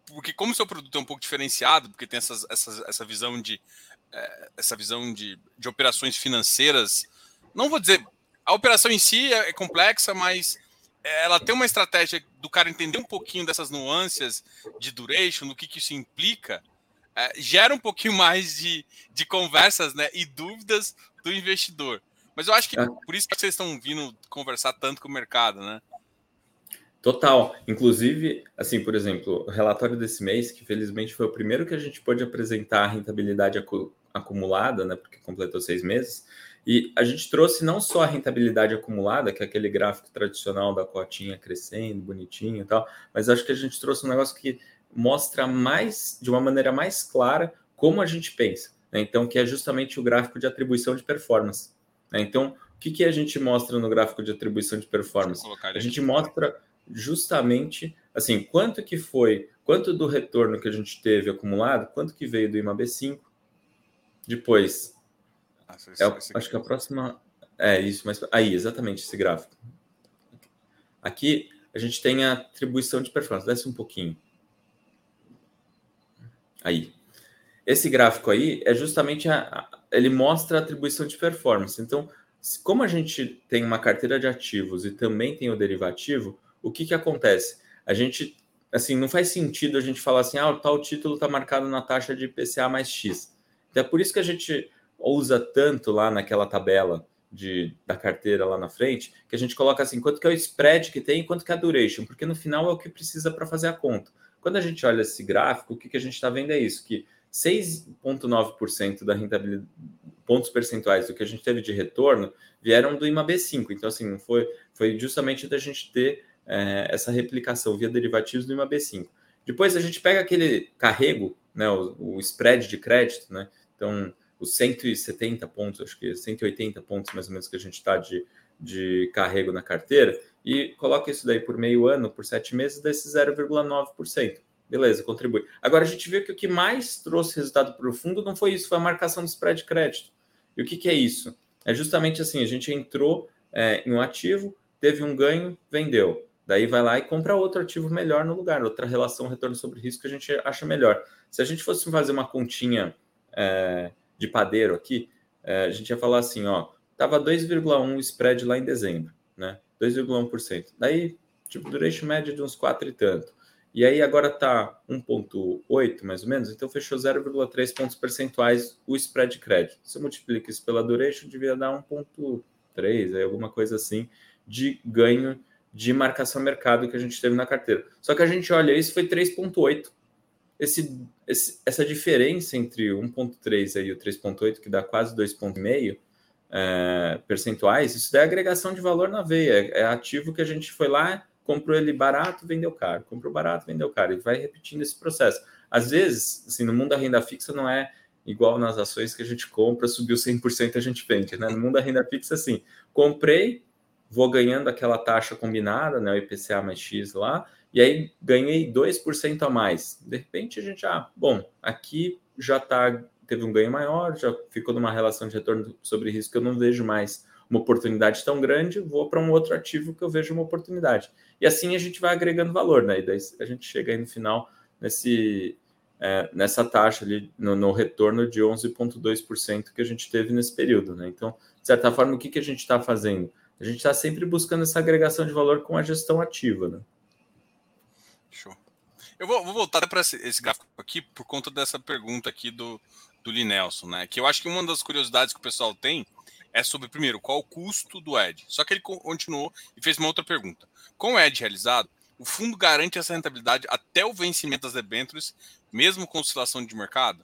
porque como o seu produto é um pouco diferenciado, porque tem essas, essas, essa visão de é, essa visão de, de operações financeiras, não vou dizer, a operação em si é, é complexa, mas ela tem uma estratégia do cara entender um pouquinho dessas nuances de duration, do que, que isso implica, é, gera um pouquinho mais de, de conversas, né, e dúvidas do investidor. Mas eu acho que por isso que vocês estão vindo conversar tanto com o mercado, né? Total. Inclusive, assim, por exemplo, o relatório desse mês, que felizmente foi o primeiro que a gente pôde apresentar a rentabilidade acu acumulada, né, porque completou seis meses, e a gente trouxe não só a rentabilidade acumulada, que é aquele gráfico tradicional da cotinha crescendo, bonitinho e tal, mas acho que a gente trouxe um negócio que mostra mais, de uma maneira mais clara, como a gente pensa, né? Então, que é justamente o gráfico de atribuição de performance, né? Então, o que, que a gente mostra no gráfico de atribuição de performance? A gente mostra justamente, assim, quanto que foi, quanto do retorno que a gente teve acumulado, quanto que veio do I M A B cinco, depois, ah, é, acho que a próxima, é isso, mas aí, exatamente esse gráfico. Aqui, a gente tem a atribuição de performance, desce um pouquinho. Aí. Esse gráfico aí é justamente, a, a, ele mostra a atribuição de performance. Então, como a gente tem uma carteira de ativos e também tem o derivativo, o que que acontece? A gente, assim, não faz sentido a gente falar assim, ah, o tal título está marcado na taxa de I P C A mais X. Então, é por isso que a gente usa tanto lá naquela tabela de, da carteira lá na frente, que a gente coloca assim, quanto que é o spread que tem e quanto que é a duration, porque no final é o que precisa para fazer a conta. Quando a gente olha esse gráfico, o que, que a gente está vendo é isso, que seis vírgula nove por cento da rentabilidade, pontos percentuais do que a gente teve de retorno, vieram do I M A B cinco. Então, assim, não foi, foi justamente da gente ter é, essa replicação via derivativos do I M A B cinco. Depois a gente pega aquele carrego, né, o, o spread de crédito, né? Então, os cento e setenta pontos, acho que cento e oitenta pontos mais ou menos que a gente está de, de carrego na carteira, e coloca isso daí por meio ano, por sete meses, desse zero vírgula nove por cento. Beleza, contribui. Agora, a gente viu que o que mais trouxe resultado para o fundo não foi isso, foi a marcação do spread de crédito. E o que, que é isso? É justamente assim, a gente entrou é, em um ativo, teve um ganho, vendeu. Daí vai lá e compra outro ativo melhor no lugar, outra relação retorno sobre risco que a gente acha melhor. Se a gente fosse fazer uma continha é, de padeiro aqui, é, a gente ia falar assim, ó, estava dois vírgula um o spread lá em dezembro, né? dois vírgula um por cento. Daí, tipo, duration média de uns quatro e tanto. E aí agora está um vírgula oito, mais ou menos, então fechou zero vírgula três pontos percentuais o spread de crédito. Se eu multiplico isso pela duration, devia dar um vírgula três, aí alguma coisa assim, de ganho de marcação mercado que a gente teve na carteira. Só que a gente olha isso, foi três vírgula oito. Esse, esse, essa diferença entre um vírgula três e o três vírgula oito, que dá quase dois vírgula cinco é, percentuais, isso daí é agregação de valor na veia. É ativo que a gente foi lá, comprou ele barato, vendeu caro. Comprou barato, vendeu caro. E vai repetindo esse processo. Às vezes, assim, no mundo da renda fixa não é igual nas ações que a gente compra, subiu cem por cento a gente vende, né? No mundo da renda fixa, assim, comprei, vou ganhando aquela taxa combinada, né? O I P C A mais X lá, e aí ganhei dois por cento a mais. De repente a gente, ah, bom, aqui já tá, teve um ganho maior, já ficou numa relação de retorno sobre risco que eu não vejo mais uma oportunidade tão grande, vou para um outro ativo que eu vejo uma oportunidade. E assim a gente vai agregando valor, né? E daí a gente chega aí no final nesse, é, nessa taxa ali, no, no retorno de onze vírgula dois por cento que a gente teve nesse período, né? Então, de certa forma, o que, que a gente está fazendo? A gente está sempre buscando essa agregação de valor com a gestão ativa, né? Show. Eu vou, vou voltar para esse, esse gráfico aqui por conta dessa pergunta aqui do, do Linelson, né? Que eu acho que uma das curiosidades que o pessoal tem é sobre, primeiro, qual o custo do E D. Só que ele continuou e fez uma outra pergunta. Com o E D realizado, o fundo garante essa rentabilidade até o vencimento das debêntures, mesmo com oscilação de mercado?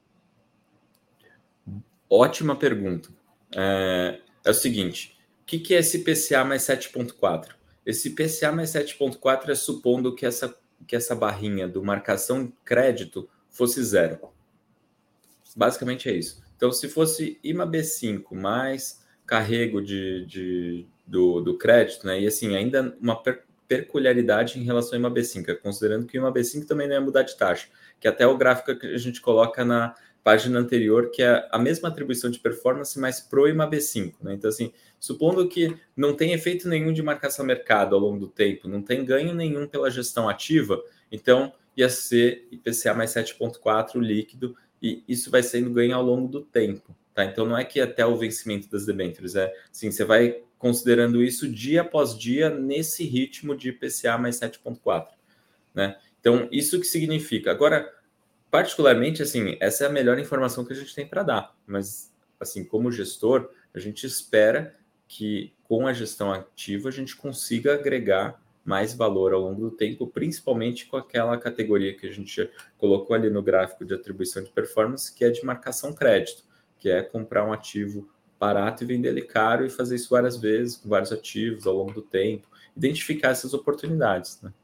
Ótima pergunta. É, é o seguinte, o que, que é esse I P C A mais sete vírgula quatro? Esse I P C A mais sete vírgula quatro é supondo que essa, que essa barrinha do marcação crédito fosse zero. Basicamente é isso. Então, se fosse I M A B cinco mais carrego de, de, do, do crédito, né? E assim, ainda uma per, peculiaridade em relação ao I M A B cinco, considerando que o I M A B cinco também não ia mudar de taxa, que até o gráfico que a gente coloca na página anterior, que é a mesma atribuição de performance, mas pro I M A B cinco, né? Então, assim, supondo que não tem efeito nenhum de marcação mercado ao longo do tempo, não tem ganho nenhum pela gestão ativa, então e a C, I P C A mais sete vírgula quatro líquido, e isso vai sendo ganho ao longo do tempo. Tá? Então, não é que até o vencimento das debêntures, é assim, você vai considerando isso dia após dia nesse ritmo de I P C A mais sete vírgula quatro. Né? Então, isso que significa? Agora, particularmente, assim, essa é a melhor informação que a gente tem para dar, mas, assim, como gestor, a gente espera que com a gestão ativa a gente consiga agregar mais valor ao longo do tempo, principalmente com aquela categoria que a gente colocou ali no gráfico de atribuição de performance, que é de marcação crédito, que é comprar um ativo barato e vender ele caro e fazer isso várias vezes, com vários ativos ao longo do tempo, identificar essas oportunidades, né?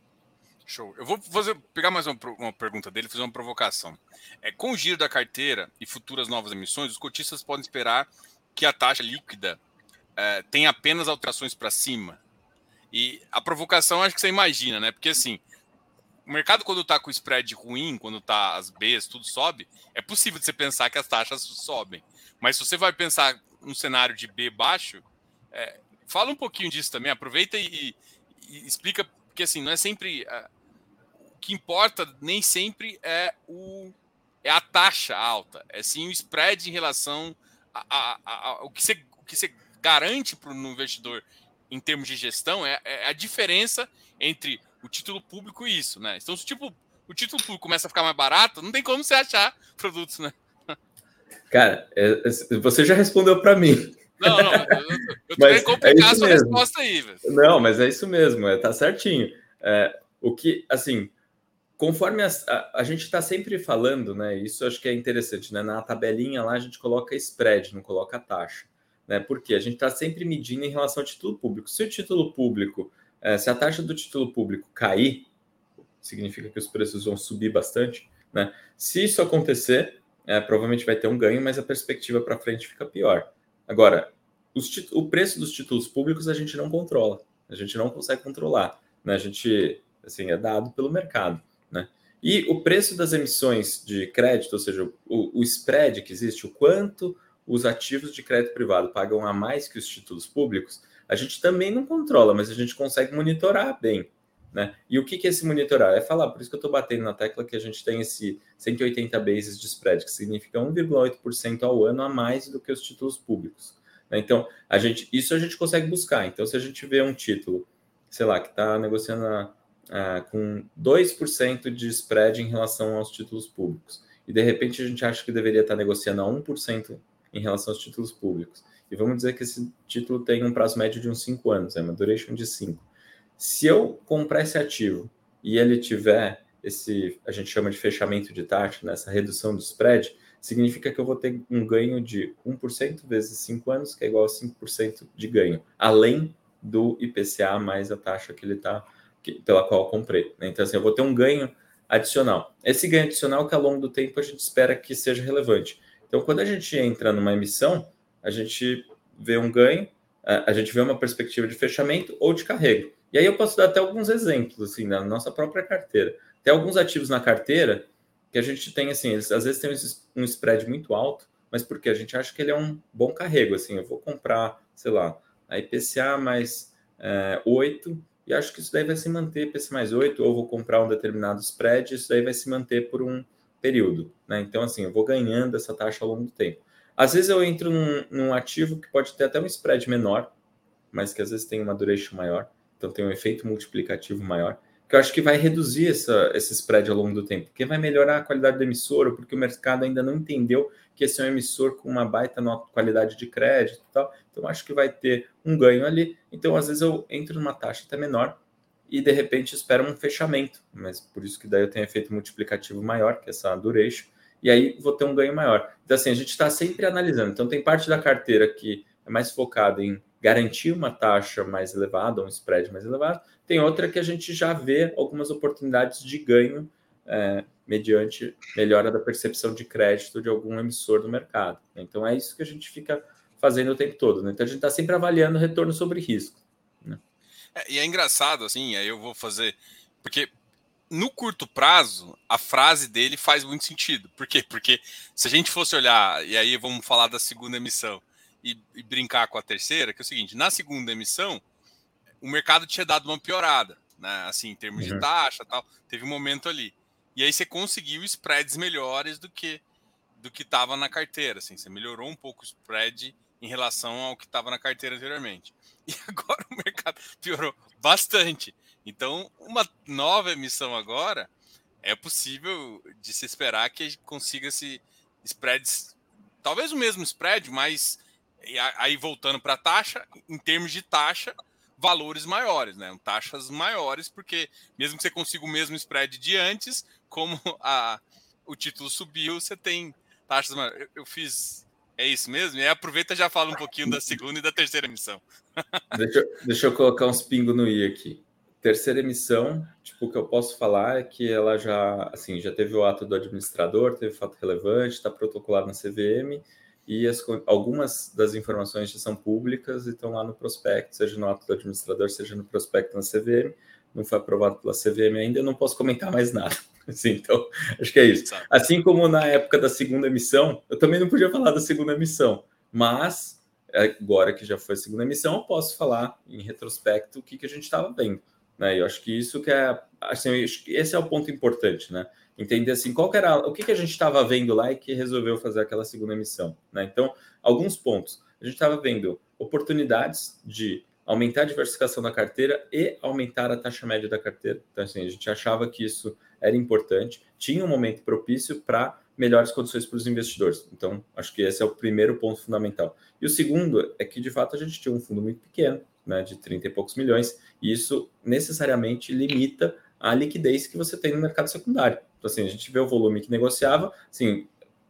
Show. Eu vou fazer, pegar mais uma, uma pergunta dele e fazer uma provocação. É, com o giro da carteira e futuras novas emissões, os cotistas podem esperar que a taxa líquida é, tenha apenas alterações para cima? E a provocação, acho que você imagina, né? Porque assim, o mercado quando está com spread ruim, quando tá as Bs, tudo sobe, é possível de você pensar que as taxas sobem. Mas se você vai pensar num cenário de B baixo, é, fala um pouquinho disso também, aproveita e, e explica, porque assim, não é sempre... É, o que importa nem sempre é, o, é a taxa alta, é sim o spread em relação ao que você, o que você garante para o investidor em termos de gestão, é, é a diferença entre o título público e isso, né? Então, se tipo, o título público começa a ficar mais barato, não tem como você achar produtos, né? Cara, é, é, você já respondeu para mim. Não, não, eu, eu tô querendo complicar é a sua mesmo. resposta aí, velho. Não, mas é isso mesmo, é, tá certinho. É, o que, assim, conforme a, a, a gente está sempre falando, né? Isso acho que é interessante, né? Na tabelinha lá a gente coloca spread, não coloca taxa. Né? Porque a gente está sempre medindo em relação ao título público. Se o título público, é, se a taxa do título público cair, significa que os preços vão subir bastante. Né? Se isso acontecer, é, provavelmente vai ter um ganho, mas a perspectiva para frente fica pior. Agora, os, o preço dos títulos públicos a gente não controla, a gente não consegue controlar. Né? A gente, assim, é dado pelo mercado. Né? E o preço das emissões de crédito, ou seja, o, o spread que existe, o quanto os ativos de crédito privado pagam a mais que os títulos públicos, a gente também não controla, mas a gente consegue monitorar bem. Né? E o que, que é esse monitorar? É falar, por isso que eu estou batendo na tecla que a gente tem esse cento e oitenta bases de spread, que significa um vírgula oito por cento ao ano a mais do que os títulos públicos. Né? Então, a gente, isso a gente consegue buscar. Então, se a gente vê um título, sei lá, que está negociando a, a, com dois por cento de spread em relação aos títulos públicos, e de repente a gente acha que deveria estar negociando a um por cento em relação aos títulos públicos, e vamos dizer que esse título tem um prazo médio de uns cinco anos, é uma duration de cinco. Se eu comprar esse ativo e ele tiver esse, a gente chama de fechamento de taxa, nessa né, redução do spread, significa que eu vou ter um ganho de um por cento vezes cinco anos, que é igual a cinco por cento de ganho, além do I P C A mais a taxa que ele tá, que, pela qual eu comprei. Né? Então, assim, eu vou ter um ganho adicional. Esse ganho adicional que ao longo do tempo a gente espera que seja relevante. Então, quando a gente entra numa emissão, a gente vê um ganho, a gente vê uma perspectiva de fechamento ou de carrego. E aí eu posso dar até alguns exemplos, assim, na nossa própria carteira. Tem alguns ativos na carteira que a gente tem, assim, eles às vezes tem um spread muito alto, mas porque a gente acha que ele é um bom carrego, assim, eu vou comprar, sei lá, a I P C A mais é, oito, e acho que isso daí vai se manter, I P C A mais oito, ou vou comprar um determinado spread, isso daí vai se manter por um período, né? Então, assim, eu vou ganhando essa taxa ao longo do tempo. Às vezes eu entro num, num ativo que pode ter até um spread menor, mas que às vezes tem uma duration maior, então tem um efeito multiplicativo maior, que eu acho que vai reduzir essa, esse spread ao longo do tempo, porque vai melhorar a qualidade do emissor, ou porque o mercado ainda não entendeu que esse é um emissor com uma baita qualidade de crédito e tal, então acho que vai ter um ganho ali, então às vezes eu entro numa taxa até menor, e de repente espero um fechamento, mas por isso que daí eu tenho efeito multiplicativo maior, que é essa duration, e aí vou ter um ganho maior. Então assim, a gente está sempre analisando, então tem parte da carteira que é mais focada em garantir uma taxa mais elevada, um spread mais elevado, tem outra que a gente já vê algumas oportunidades de ganho é, mediante melhora da percepção de crédito de algum emissor do mercado. Então é isso que a gente fica fazendo o tempo todo. Né? Então a gente está sempre avaliando o retorno sobre risco. Né? É, e é engraçado, assim, aí eu vou fazer... Porque no curto prazo, a frase dele faz muito sentido. Por quê? Porque se a gente fosse olhar, e aí vamos falar da segunda emissão, e, e brincar com a terceira, que é o seguinte, na segunda emissão, o mercado tinha dado uma piorada. né? Assim, em termos Uhum. de taxa, tal, teve um momento ali. E aí você conseguiu spreads melhores do que do que estava na carteira, assim, você melhorou um pouco o spread em relação ao que estava na carteira anteriormente. E agora o mercado piorou bastante. Então, uma nova emissão agora é possível de se esperar que consiga se spreads, talvez o mesmo spread, mas aí voltando para a taxa, em termos de taxa, valores maiores, né? Taxas maiores, porque mesmo que você consiga o mesmo spread de antes, como a, o título subiu, você tem taxas maiores. Eu, eu fiz. É isso mesmo? E aí aproveita e já fala um pouquinho da segunda e da terceira emissão. Deixa, eu- deixa eu colocar uns pingos no i aqui. Terceira emissão, tipo, o que eu posso falar é que ela já, assim, já teve o ato do administrador, teve fato relevante, está protocolado na C V M, e as, algumas das informações já são públicas e estão lá no prospecto, seja no ato do administrador, seja no prospecto na C V M. Não foi aprovado pela C V M ainda, eu não posso comentar mais nada. Assim, então, acho que é isso. Sabe? Assim como na época da segunda emissão, eu também não podia falar da segunda emissão, mas agora que já foi a segunda emissão, eu posso falar em retrospecto o que, que a gente estava vendo. Né? Eu acho que isso que é, assim, esse é o ponto importante, né? Entender assim, qual que era, o que, que a gente estava vendo lá e que resolveu fazer aquela segunda emissão. Né? Então, alguns pontos. A gente estava vendo oportunidades de aumentar a diversificação da carteira e aumentar a taxa média da carteira. Então, assim, a gente achava que isso era importante, tinha um momento propício para melhores condições para os investidores. Então, acho que esse é o primeiro ponto fundamental. E o segundo é que, de fato, a gente tinha um fundo muito pequeno, né, de trinta e poucos milhões, e isso necessariamente limita a liquidez que você tem no mercado secundário. Então, assim, a gente vê o volume que negociava, assim,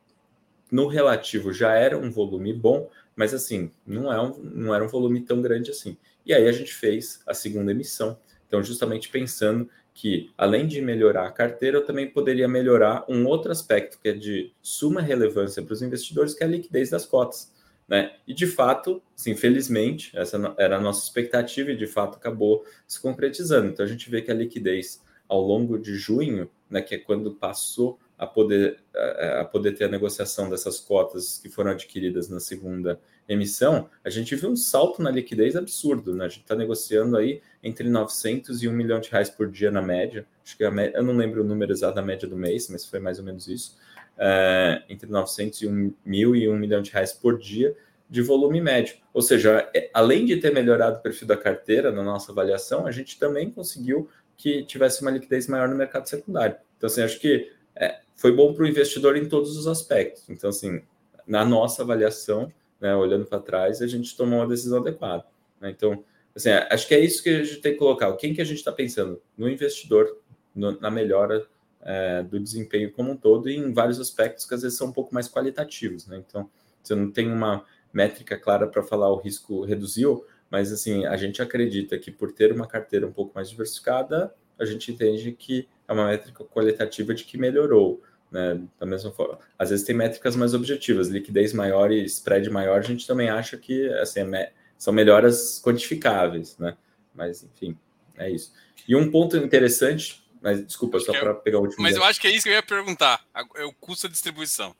no relativo já era um volume bom, mas, assim, não, é um, não era um volume tão grande assim. E aí a gente fez a segunda emissão. Então, justamente pensando que, além de melhorar a carteira, eu também poderia melhorar um outro aspecto que é de suma relevância para os investidores, que é a liquidez das cotas. Né? E, de fato, sim, felizmente, essa era a nossa expectativa e, de fato, acabou se concretizando. Então, a gente vê que a liquidez, ao longo de junho, né, que é quando passou a poder, a poder ter a negociação dessas cotas que foram adquiridas na segunda emissão, a gente viu um salto na liquidez absurdo. Né? A gente está negociando aí entre novecentos e um milhão de reais por dia na média. Acho que a média, eu não lembro o número exato da média do mês, mas foi mais ou menos isso. É, entre novecentos e um mil e um milhão de reais por dia de volume médio. Ou seja, além de ter melhorado o perfil da carteira na nossa avaliação, a gente também conseguiu que tivesse uma liquidez maior no mercado secundário. Então, assim, acho que é, foi bom para o investidor em todos os aspectos. Então, assim, na nossa avaliação, né, olhando para trás, a gente tomou uma decisão adequada. Né? Então, assim, acho que é isso que a gente tem que colocar. Quem que a gente está pensando? No investidor, no, na melhora é, do desempenho como um todo e em vários aspectos que às vezes são um pouco mais qualitativos. Né? Então, você não tem uma métrica clara para falar o risco reduziu, mas assim, a gente acredita que por ter uma carteira um pouco mais diversificada, a gente entende que é uma métrica qualitativa de que melhorou. Né? Da mesma forma, às vezes tem métricas mais objetivas, liquidez maior e spread maior, a gente também acha que assim, é, são melhoras quantificáveis, né? Mas enfim, é isso. E um ponto interessante, mas desculpa, Acho só é, para pegar o último. Mas eu acho que é isso que eu ia perguntar. É o custo da distribuição.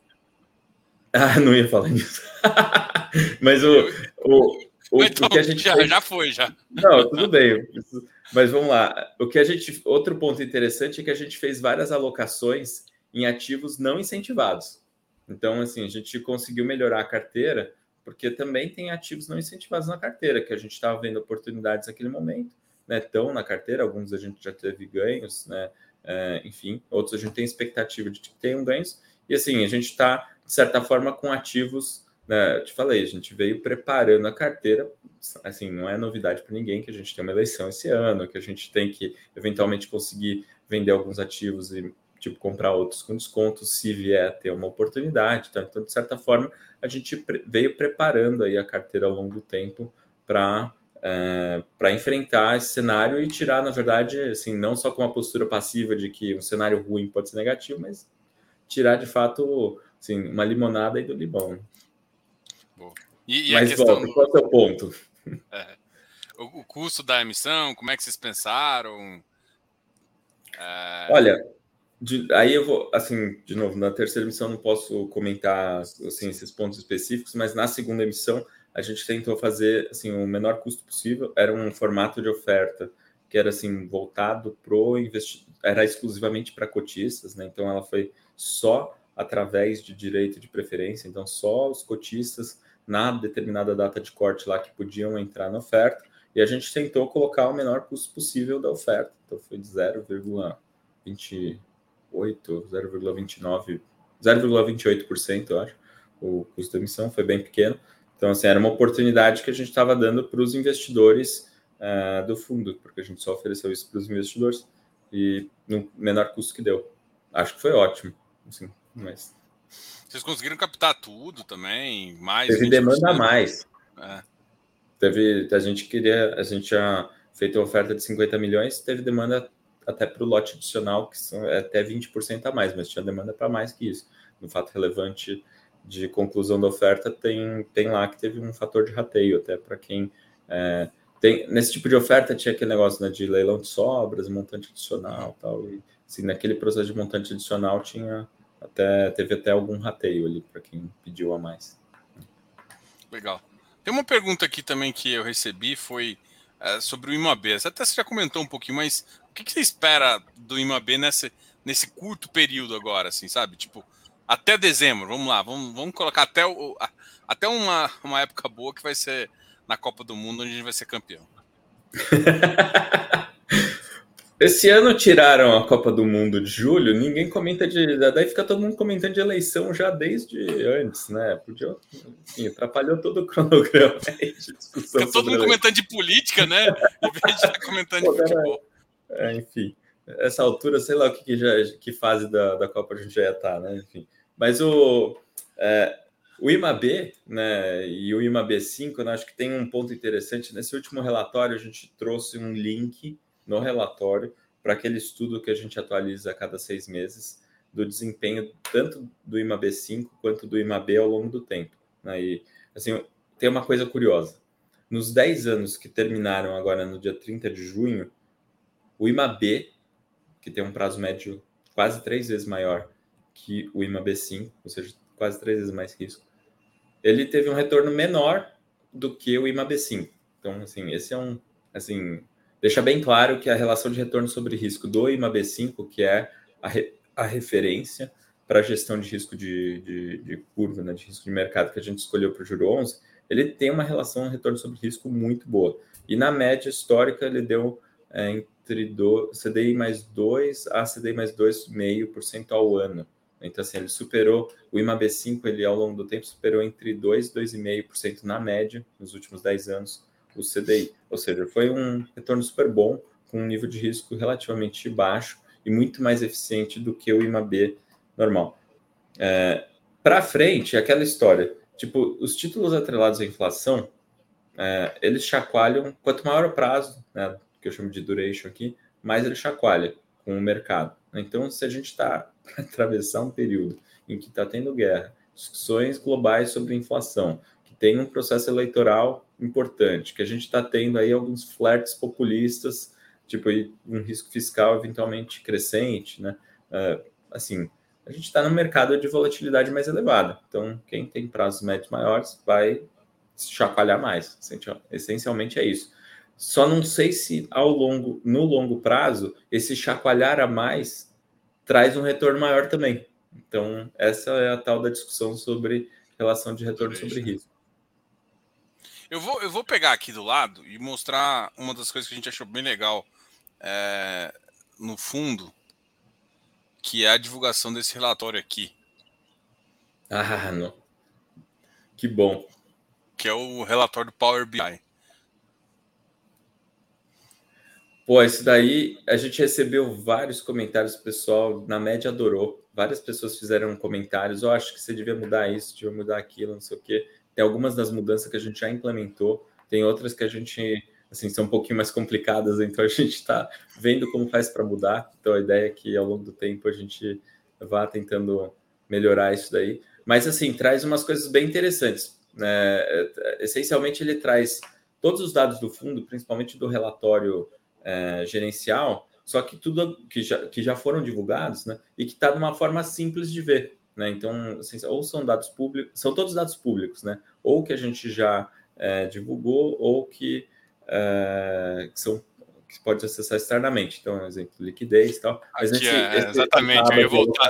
Ah, não ia falar nisso. Mas o, Eu, o, o, então, o que a gente já, fez... já foi, já. Não, tudo bem. Mas vamos lá. O que a gente, outro ponto interessante é que a gente fez várias alocações em ativos não incentivados. Então, assim, a gente conseguiu melhorar a carteira, porque também tem ativos não incentivados na carteira, que a gente estava vendo oportunidades naquele momento, né? Estão na carteira, alguns a gente já teve ganhos, né? É, enfim, outros a gente tem expectativa de que tenham ganhos. E assim, a gente está, de certa forma, com ativos, né? Eu te falei, a gente veio preparando a carteira. Assim, não é novidade para ninguém que a gente tem uma eleição esse ano, que a gente tem que eventualmente conseguir vender alguns ativos e tipo comprar outros com desconto se vier a ter uma oportunidade. Tá? Então, de certa forma, a gente pre- veio preparando aí a carteira ao longo do tempo para é, para enfrentar esse cenário e tirar, na verdade, assim, não só com a postura passiva de que um cenário ruim pode ser negativo, mas tirar de fato assim, uma limonada aí do limão. Boa. E, e a Mas questão volta, do, qual é o seu ponto? É, o, o custo da emissão, como é que vocês pensaram? É... Olha, de, aí eu vou, assim, de novo, na terceira emissão não posso comentar assim, esses pontos específicos, mas na segunda emissão a gente tentou fazer assim, o menor custo possível. Era um formato de oferta que era assim voltado pro investidor, era exclusivamente para cotistas, né? Então ela foi só através de direito de preferência, então só os cotistas na determinada data de corte lá que podiam entrar na oferta, e a gente tentou colocar o menor custo possível da oferta, então foi de zero vírgula vinte e oito, zero vírgula vinte e nove, zero vírgula vinte e oito por cento, eu acho, o custo da emissão foi bem pequeno, então assim, era uma oportunidade que a gente estava dando para os investidores uh, do fundo, porque a gente só ofereceu isso para os investidores, e no menor custo que deu. Acho que foi ótimo, assim, mas... Vocês conseguiram captar tudo também, mais teve vinte por cento. Demanda a mais. É. Teve, a gente queria, a gente tinha feito a oferta de cinquenta milhões, teve demanda até para o lote adicional, que são até vinte por cento a mais, mas tinha demanda para mais que isso. No fato relevante de conclusão da oferta, tem, tem lá que teve um fator de rateio, até para quem... É, tem, nesse tipo de oferta tinha aquele negócio, né, de leilão de sobras, montante adicional e tal, e assim, naquele processo de montante adicional tinha até, teve até algum rateio ali para quem pediu a mais. Legal. Tem uma pergunta aqui também que eu recebi, foi é, sobre o IMAB. Até você já comentou um pouquinho, mas o que, que você espera do IMAB nesse, nesse curto período agora, assim, sabe? Tipo, até dezembro, vamos lá, vamos, vamos colocar até, o, até uma, uma época boa que vai ser na Copa do Mundo, onde a gente vai ser campeão. Esse ano tiraram a Copa do Mundo de julho, ninguém comenta de... Daí fica todo mundo comentando de eleição já desde antes, né? Podia... Enfim, atrapalhou todo o cronograma de discussão. Fica todo mundo eleição. Comentando de política, né? Em vez de estar comentando Pô, de futebol. É, enfim, essa altura, sei lá o que, que, já, que fase da, da Copa a gente já ia estar, né? Enfim. Mas o, é, o IMAB, né, e o IMAB cinco, né, acho que tem um ponto interessante. Nesse último relatório, a gente trouxe um link no relatório para aquele estudo que a gente atualiza a cada seis meses do desempenho tanto do IMAB cinco quanto do IMAB ao longo do tempo. Né? E, assim, tem uma coisa curiosa. Nos dez anos que terminaram agora no dia trinta de junho, o IMAB, que tem um prazo médio quase três vezes maior que o IMAB cinco, ou seja, quase três vezes mais risco, ele teve um retorno menor do que o IMAB cinco. Então, assim, esse é um... assim, deixa bem claro que a relação de retorno sobre risco do IMAB cinco, que é a, re, a referência para a gestão de risco de, de, de curva, né, de risco de mercado que a gente escolheu para o Juro onze, ele tem uma relação de retorno sobre risco muito boa. E na média histórica ele deu é, entre do, C D I mais dois a C D I mais dois vírgula cinco por cento ao ano. Então, assim, ele superou, o IMAB cinco, ele ao longo do tempo superou entre dois e dois vírgula cinco por cento na média, nos últimos dez anos, o C D I. Ou seja, foi um retorno super bom, com um nível de risco relativamente baixo e muito mais eficiente do que o IMAB normal. É, para frente, aquela história, tipo, os títulos atrelados à inflação, é, eles chacoalham, quanto maior o prazo, né, que eu chamo de duration aqui, mais ele chacoalha com o mercado. Então, se a gente está para atravessar um período em que está tendo guerra, discussões globais sobre inflação, que tem um processo eleitoral importante, que a gente está tendo aí alguns flertes populistas, tipo aí um risco fiscal eventualmente crescente, né? Uh, assim, a gente está num mercado de volatilidade mais elevada. Então, quem tem prazos médios maiores vai chacoalhar mais. Essencialmente é isso. Só não sei se ao longo, no longo prazo, esse chacoalhar a mais traz um retorno maior também. Então, essa é a tal da discussão sobre relação de retorno sobre risco. Eu vou, eu vou pegar aqui do lado e mostrar uma das coisas que a gente achou bem legal é, no fundo, que é a divulgação desse relatório aqui. Ah, não. Que bom. Que é o relatório do Power B I. Pô, isso daí, a gente recebeu vários comentários, o pessoal, na média, adorou. Várias pessoas fizeram comentários, eu oh, acho que você devia mudar isso, devia mudar aquilo, não sei o quê. Tem algumas das mudanças que a gente já implementou, tem outras que a gente, assim, são um pouquinho mais complicadas, então a gente está vendo como faz para mudar. Então a ideia é que ao longo do tempo a gente vá tentando melhorar isso daí. Mas, assim, traz umas coisas bem interessantes, né? Essencialmente, ele traz todos os dados do fundo, principalmente do relatório É, gerencial, só que tudo que já, que já foram divulgados, né, e que está de uma forma simples de ver, né? Então, assim, ou são dados públicos, são todos dados públicos, né? Ou que a gente já é, divulgou, ou que, é, que, são, que pode acessar externamente. Então, um exemplo, liquidez e tal. Mas Aqui esse, é, esse, exatamente, eu ia voltar.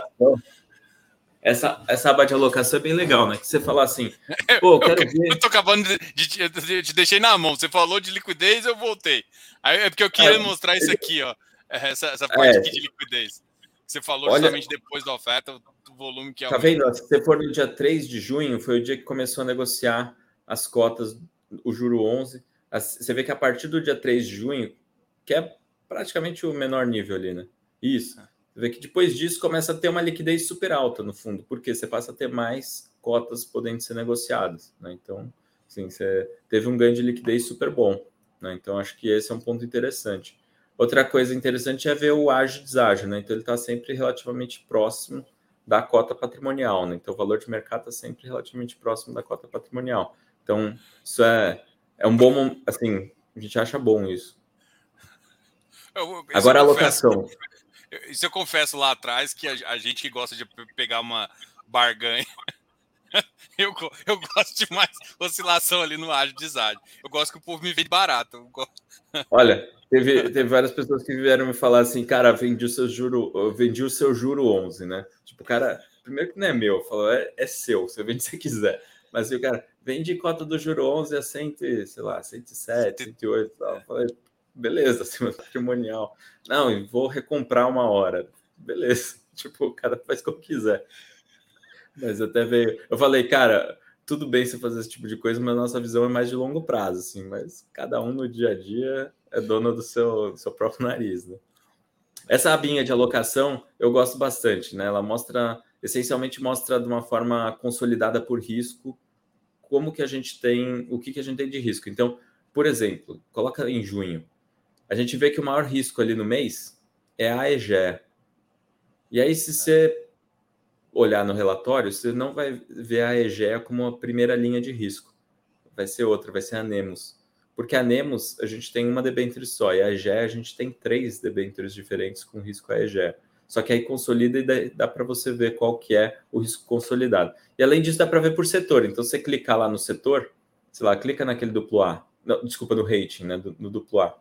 Essa, essa aba de alocação é bem legal, né? Que você fala assim, pô, eu quero eu, ver... Eu tô acabando de, de, de, de deixei na mão. Você falou de liquidez, eu voltei. Aí é porque eu queria Ah, mostrar isso ele... aqui, ó. Essa, essa parte é, aqui de liquidez. Você falou olha, justamente depois da oferta, o volume que tá vendo? aumentou. Se você for no dia três de junho, foi o dia que começou a negociar as cotas, o juro onze. Você vê que a partir do dia três de junho, que é praticamente o menor nível ali, né? Isso. Você vê que depois disso começa a ter uma liquidez super alta no fundo, porque você passa a ter mais cotas podendo ser negociadas, né? Então, assim, você teve um ganho de liquidez super bom, né? Então, acho que esse é um ponto interessante. Outra coisa interessante é ver o ágio e deságio, né? Então, ele está sempre relativamente próximo da cota patrimonial, né? Então, o valor de mercado está sempre relativamente próximo da cota patrimonial. Então, isso é, é um bom, assim, a gente acha bom isso. Eu, Agora, a alocação. Isso eu confesso lá atrás, que a, a gente que gosta de pegar uma barganha, eu, eu gosto de mais oscilação ali no ágio de deságio. Eu gosto que o povo me vende barato. Eu gosto. Olha, teve, teve várias pessoas que vieram me falar assim, cara, vendi o seu juro, eu vendi o seu juro onze, né? Tipo, cara, primeiro que não é meu, falou, é, é seu, você vende se quiser. Mas o cara, vende cota do juro onze a cem, sei lá, cento e sete, cento e oito, tal. Eu falei, beleza, acima do patrimonial. Não, e vou recomprar uma hora. Beleza, tipo, o cara faz como quiser. Mas até veio, eu falei, cara, tudo bem você fazer esse tipo de coisa, mas nossa visão é mais de longo prazo, assim, mas cada um no dia a dia é dono do seu, do seu próprio nariz, né? Essa abinha de alocação eu gosto bastante, né? Ela mostra, essencialmente mostra de uma forma consolidada por risco, como que a gente tem, o que, que a gente tem de risco. Então, por exemplo, coloca em junho, a gente vê que o maior risco ali no mês é a Aegea. E aí, se você olhar no relatório, você não vai ver a Aegea como a primeira linha de risco. Vai ser outra, vai ser a Nemos. Porque a Nemos, a gente tem uma debênture só, e a Aegea, a gente tem três debêntures diferentes com risco Aegea. Só que aí consolida e dá, dá para você ver qual que é o risco consolidado. E além disso, dá para ver por setor. Então, você clicar lá no setor, sei lá, clica naquele duplo A, não, desculpa, no rating, né, do, no duplo A.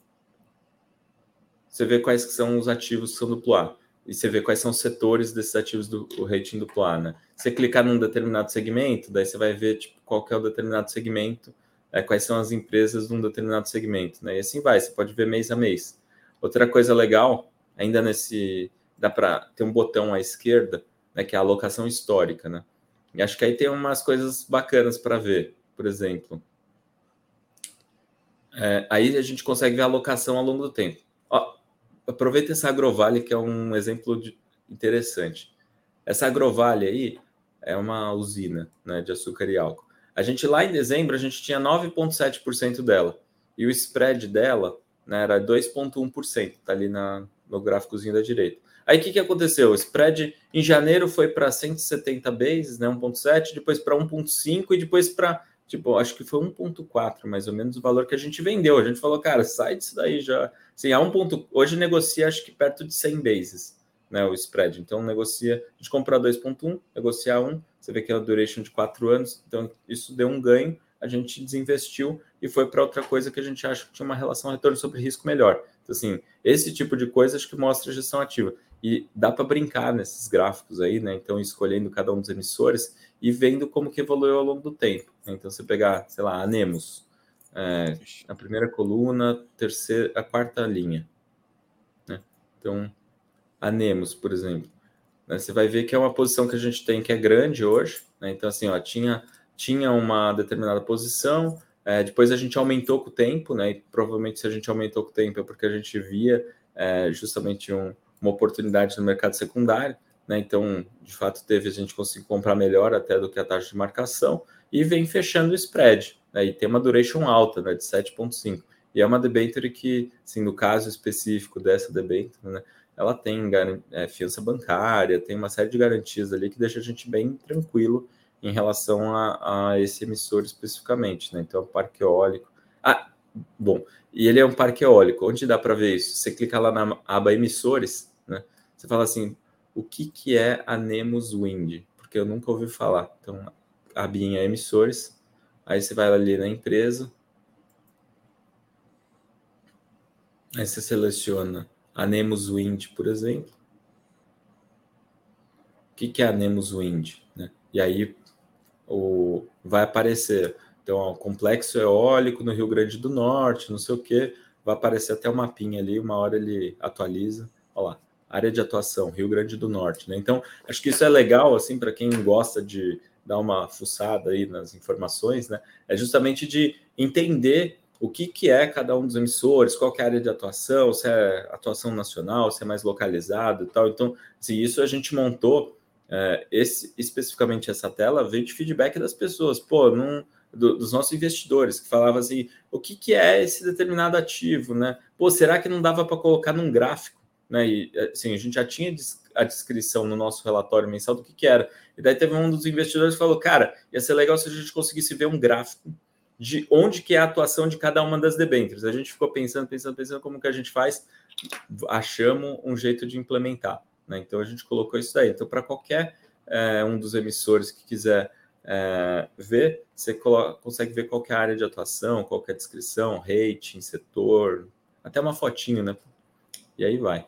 Você vê quais que são os ativos que são duplo A. E você vê quais são os setores desses ativos do o rating duplo A, né? Você clicar num determinado segmento, daí você vai ver tipo, qual que é o determinado segmento, é, quais são as empresas de um determinado segmento, né? E assim vai, você pode ver mês a mês. Outra coisa legal, ainda nesse... dá para ter um botão à esquerda, né, que é a alocação histórica, né? E acho que aí tem umas coisas bacanas para ver. Por exemplo, é, aí a gente consegue ver a alocação ao longo do tempo. Ó, aproveita essa Agrovale, que é um exemplo de, interessante. Essa Agrovale aí é uma usina, né, de açúcar e álcool. A gente lá em dezembro, a gente tinha nove vírgula sete por cento dela. E o spread dela, né, era dois vírgula um por cento. Está ali na, no gráficozinho da direita. Aí o que, que aconteceu? O spread em janeiro foi para cento e setenta bases, né, um vírgula sete, depois para um vírgula cinco e depois para... Tipo, acho que foi um vírgula quatro, mais ou menos, o valor que a gente vendeu. A gente falou, cara, sai disso daí já. Assim, a um ponto, hoje negocia, acho que perto de cem bases, né, o spread. Então, negocia, a gente comprou a dois vírgula um, negocia a um, você vê que é a duration de quatro anos, então isso deu um ganho, a gente desinvestiu e foi para outra coisa que a gente acha que tinha uma relação retorno sobre risco melhor. Então, assim, esse tipo de coisa acho que mostra a gestão ativa. E dá para brincar nesses gráficos aí, né? Então, escolhendo cada um dos emissores e vendo como que evoluiu ao longo do tempo. Então, você pegar, sei lá, a Nemos, é, a primeira coluna, terceira, a quarta linha, né? Então, a Nemos, por exemplo, né? Você vai ver que é uma posição que a gente tem que é grande hoje, né? Então, assim, ó, tinha, tinha uma determinada posição, é, depois a gente aumentou com o tempo, né? E provavelmente se a gente aumentou com o tempo é porque a gente via é, justamente um, uma oportunidade no mercado secundário, né? Então, de fato, teve a gente conseguir comprar melhor até do que a taxa de marcação e vem fechando o spread, né? E tem uma duration alta, né? De sete vírgula cinco. E é uma debenture que, assim, no caso específico dessa debenture, né? Ela tem é, fiança bancária, tem uma série de garantias ali que deixa a gente bem tranquilo em relação a, a esse emissor especificamente, né? Então, é um parque eólico. Ah, bom, e ele é um parque eólico. Onde dá para ver isso? Você clica lá na aba emissores, né? Você fala assim, o que, que é a Nemos Wind? Porque eu nunca ouvi falar. Então, a abinha emissores, aí você vai ali na empresa. Aí você seleciona a Nemus Wind, por exemplo. O que, que é a Nemus Wind? Né? E aí o, vai aparecer. Então, ó, complexo eólico no Rio Grande do Norte, não sei o quê. Vai aparecer até o mapinha ali, uma hora ele atualiza. Olha lá, área de atuação, Rio Grande do Norte. Né? Então, acho que isso é legal, assim, para quem gosta de dar uma fuçada aí nas informações, né? É justamente de entender o que, que é cada um dos emissores, qual que é a área de atuação, se é atuação nacional, se é mais localizado e tal. Então, assim, isso a gente montou, é, esse, especificamente essa tela, veio de feedback das pessoas, pô, não, do, dos nossos investidores, que falavam assim, o que, que é esse determinado ativo, né? Pô, será que não dava para colocar num gráfico? Né? E, assim, a gente já tinha a descrição no nosso relatório mensal do que, que era. E daí teve um dos investidores que falou, cara, ia ser legal se a gente conseguisse ver um gráfico de onde que é a atuação de cada uma das debêntures. A gente ficou pensando, pensando, pensando como que a gente faz, achamos um jeito de implementar. Né? Então a gente colocou isso daí. Então, para qualquer é, um dos emissores que quiser é, ver, você coloca, consegue ver qual que é a área de atuação, qual que é a descrição, rating, setor, até uma fotinho, né? E aí vai.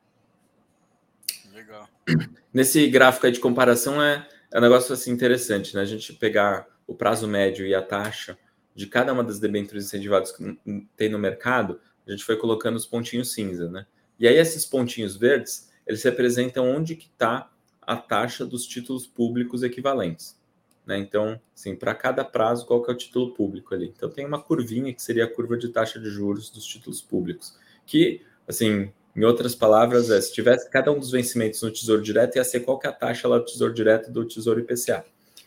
Legal. Nesse gráfico aí de comparação é, é um negócio assim interessante, né? A gente pegar o prazo médio e a taxa de cada uma das debêntures incentivadas que tem no mercado, a gente foi colocando os pontinhos cinza, né? E aí esses pontinhos verdes, eles representam onde que está a taxa dos títulos públicos equivalentes. Né? Então, assim, para cada prazo, qual que é o título público ali? Então tem uma curvinha que seria a curva de taxa de juros dos títulos públicos, que, assim, em outras palavras, é, se tivesse cada um dos vencimentos no Tesouro Direto, ia ser qual que é a taxa lá do Tesouro Direto do Tesouro I P C A.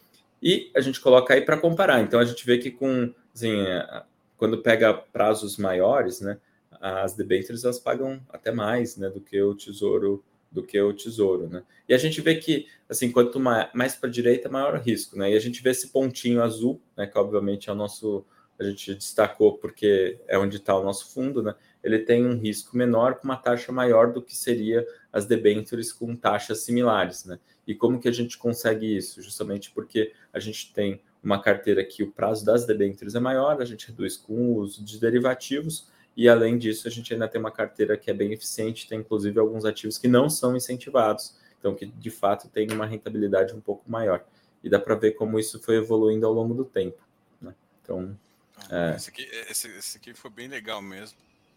E a gente coloca aí para comparar. Então, a gente vê que com, assim, quando pega prazos maiores, né, as debêntures elas pagam até mais, né, do que o Tesouro, do que o Tesouro, né? E a gente vê que, assim, quanto mais para a direita, maior o risco, né? E a gente vê esse pontinho azul, né, que obviamente é o nosso, a gente destacou porque é onde está o nosso fundo, né? Ele tem um risco menor com uma taxa maior do que seria as debêntures com taxas similares, né? E como que a gente consegue isso? Justamente porque a gente tem uma carteira que o prazo das debêntures é maior, a gente reduz com o uso de derivativos e, além disso, a gente ainda tem uma carteira que é bem eficiente, tem inclusive alguns ativos que não são incentivados, então que de fato tem uma rentabilidade um pouco maior. E dá para ver como isso foi evoluindo ao longo do tempo. Né? Então, ah, é... esse, aqui, esse, esse aqui foi bem legal mesmo.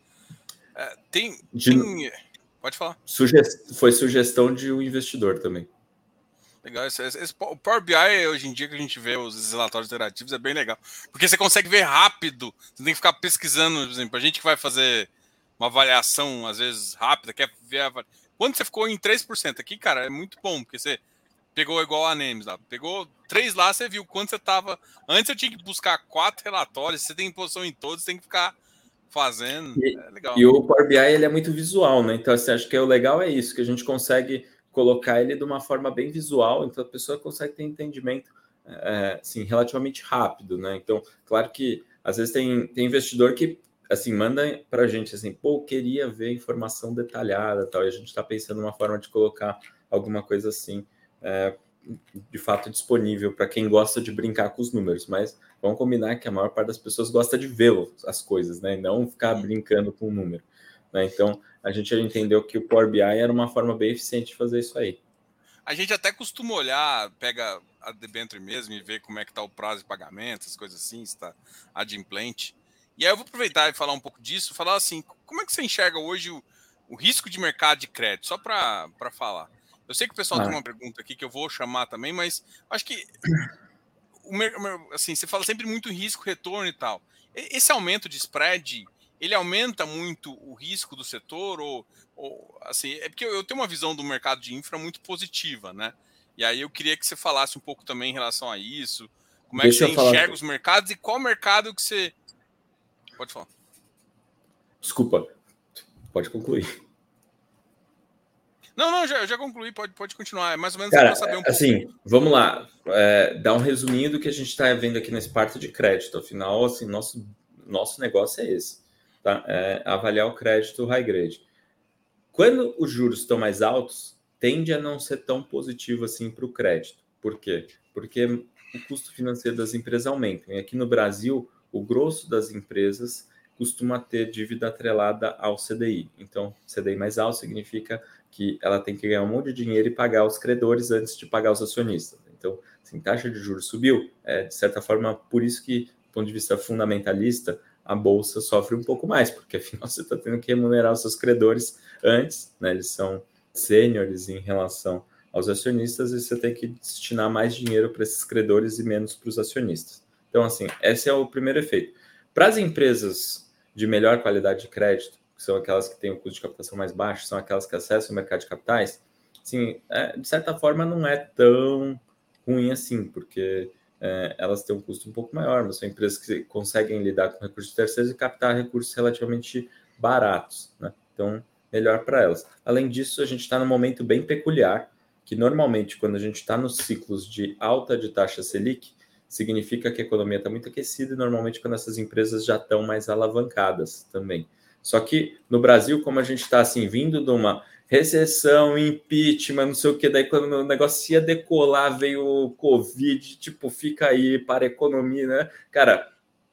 É, tem, de... tem... Pode falar. Suge... Foi sugestão de um investidor também. Legal, esse, esse, o Power B I, hoje em dia, que a gente vê os relatórios interativos, é bem legal. Porque você consegue ver rápido, você tem que ficar pesquisando, por exemplo, a gente que vai fazer uma avaliação, às vezes, rápida, quer ver a... Quando você ficou em três por cento aqui, cara, é muito bom, porque você pegou igual a Nemes lá, pegou três lá, você viu quanto você tava... Antes eu tinha que buscar quatro relatórios, você tem posição em todos, você tem que ficar fazendo, e, é legal. E o Power B I, ele é muito visual, né? Então, assim, acho que o legal é isso, que a gente consegue colocar ele de uma forma bem visual, então a pessoa consegue ter entendimento é, assim, relativamente rápido, né? Então, claro que às vezes tem, tem investidor que assim manda para a gente assim, pô, queria ver informação detalhada, tal, e a gente está pensando uma forma de colocar alguma coisa assim, é, de fato disponível para quem gosta de brincar com os números, mas vamos combinar que a maior parte das pessoas gosta de ver as coisas, né? E não ficar brincando com o número. Né? Então, a gente já entendeu que o Power B I era uma forma bem eficiente de fazer isso aí. A gente até costuma olhar, pega a debênture mesmo e ver como é que está o prazo de pagamento, as coisas assim, se está adimplente. E aí eu vou aproveitar e falar um pouco disso, falar assim, como é que você enxerga hoje o, o risco de mercado de crédito? Só para falar. Eu sei que o pessoal ah. tem uma pergunta aqui que eu vou chamar também, mas acho que o, assim, você fala sempre muito risco, retorno e tal. Esse aumento de spread, ele aumenta muito o risco do setor ou, ou assim, é porque eu tenho uma visão do mercado de infra muito positiva, né? E aí eu queria que você falasse um pouco também em relação a isso, como é Deixa que você eu enxerga falar... os mercados e qual mercado que você... Pode falar. Desculpa, pode concluir. Não, não, já, já concluí, pode, pode continuar. É mais ou menos para saber um pouco. Assim, vamos lá, é, dar um resuminho do que a gente está vendo aqui nesse parte de crédito. Afinal, assim, nosso, nosso negócio é esse, tá? É avaliar o crédito high grade. Quando os juros estão mais altos, tende a não ser tão positivo assim para o crédito. Por quê? Porque o custo financeiro das empresas aumenta. E aqui no Brasil, o grosso das empresas costuma ter dívida atrelada ao C D I. Então, C D I mais alto significa que ela tem que ganhar um monte de dinheiro e pagar os credores antes de pagar os acionistas. Então, assim, taxa de juros subiu, é, de certa forma, por isso que, do ponto de vista fundamentalista, a Bolsa sofre um pouco mais, porque afinal você está tendo que remunerar os seus credores antes, né? Eles são sêniores em relação aos acionistas e você tem que destinar mais dinheiro para esses credores e menos para os acionistas. Então, assim, esse é o primeiro efeito. Para as empresas de melhor qualidade de crédito, que são aquelas que têm o custo de captação mais baixo, são aquelas que acessam o mercado de capitais, assim, é, de certa forma não é tão ruim assim, porque é, elas têm um custo um pouco maior, mas são empresas que conseguem lidar com recursos de terceiros e captar recursos relativamente baratos, né? Então, melhor para elas. Além disso, a gente está num momento bem peculiar, que normalmente, quando a gente está nos ciclos de alta de taxa Selic, significa que a economia está muito aquecida e normalmente quando essas empresas já estão mais alavancadas também. Só que no Brasil, como a gente está assim, vindo de uma recessão, impeachment, não sei o que, daí quando o negócio ia decolar, veio o Covid, tipo, fica aí para a economia, né? Cara,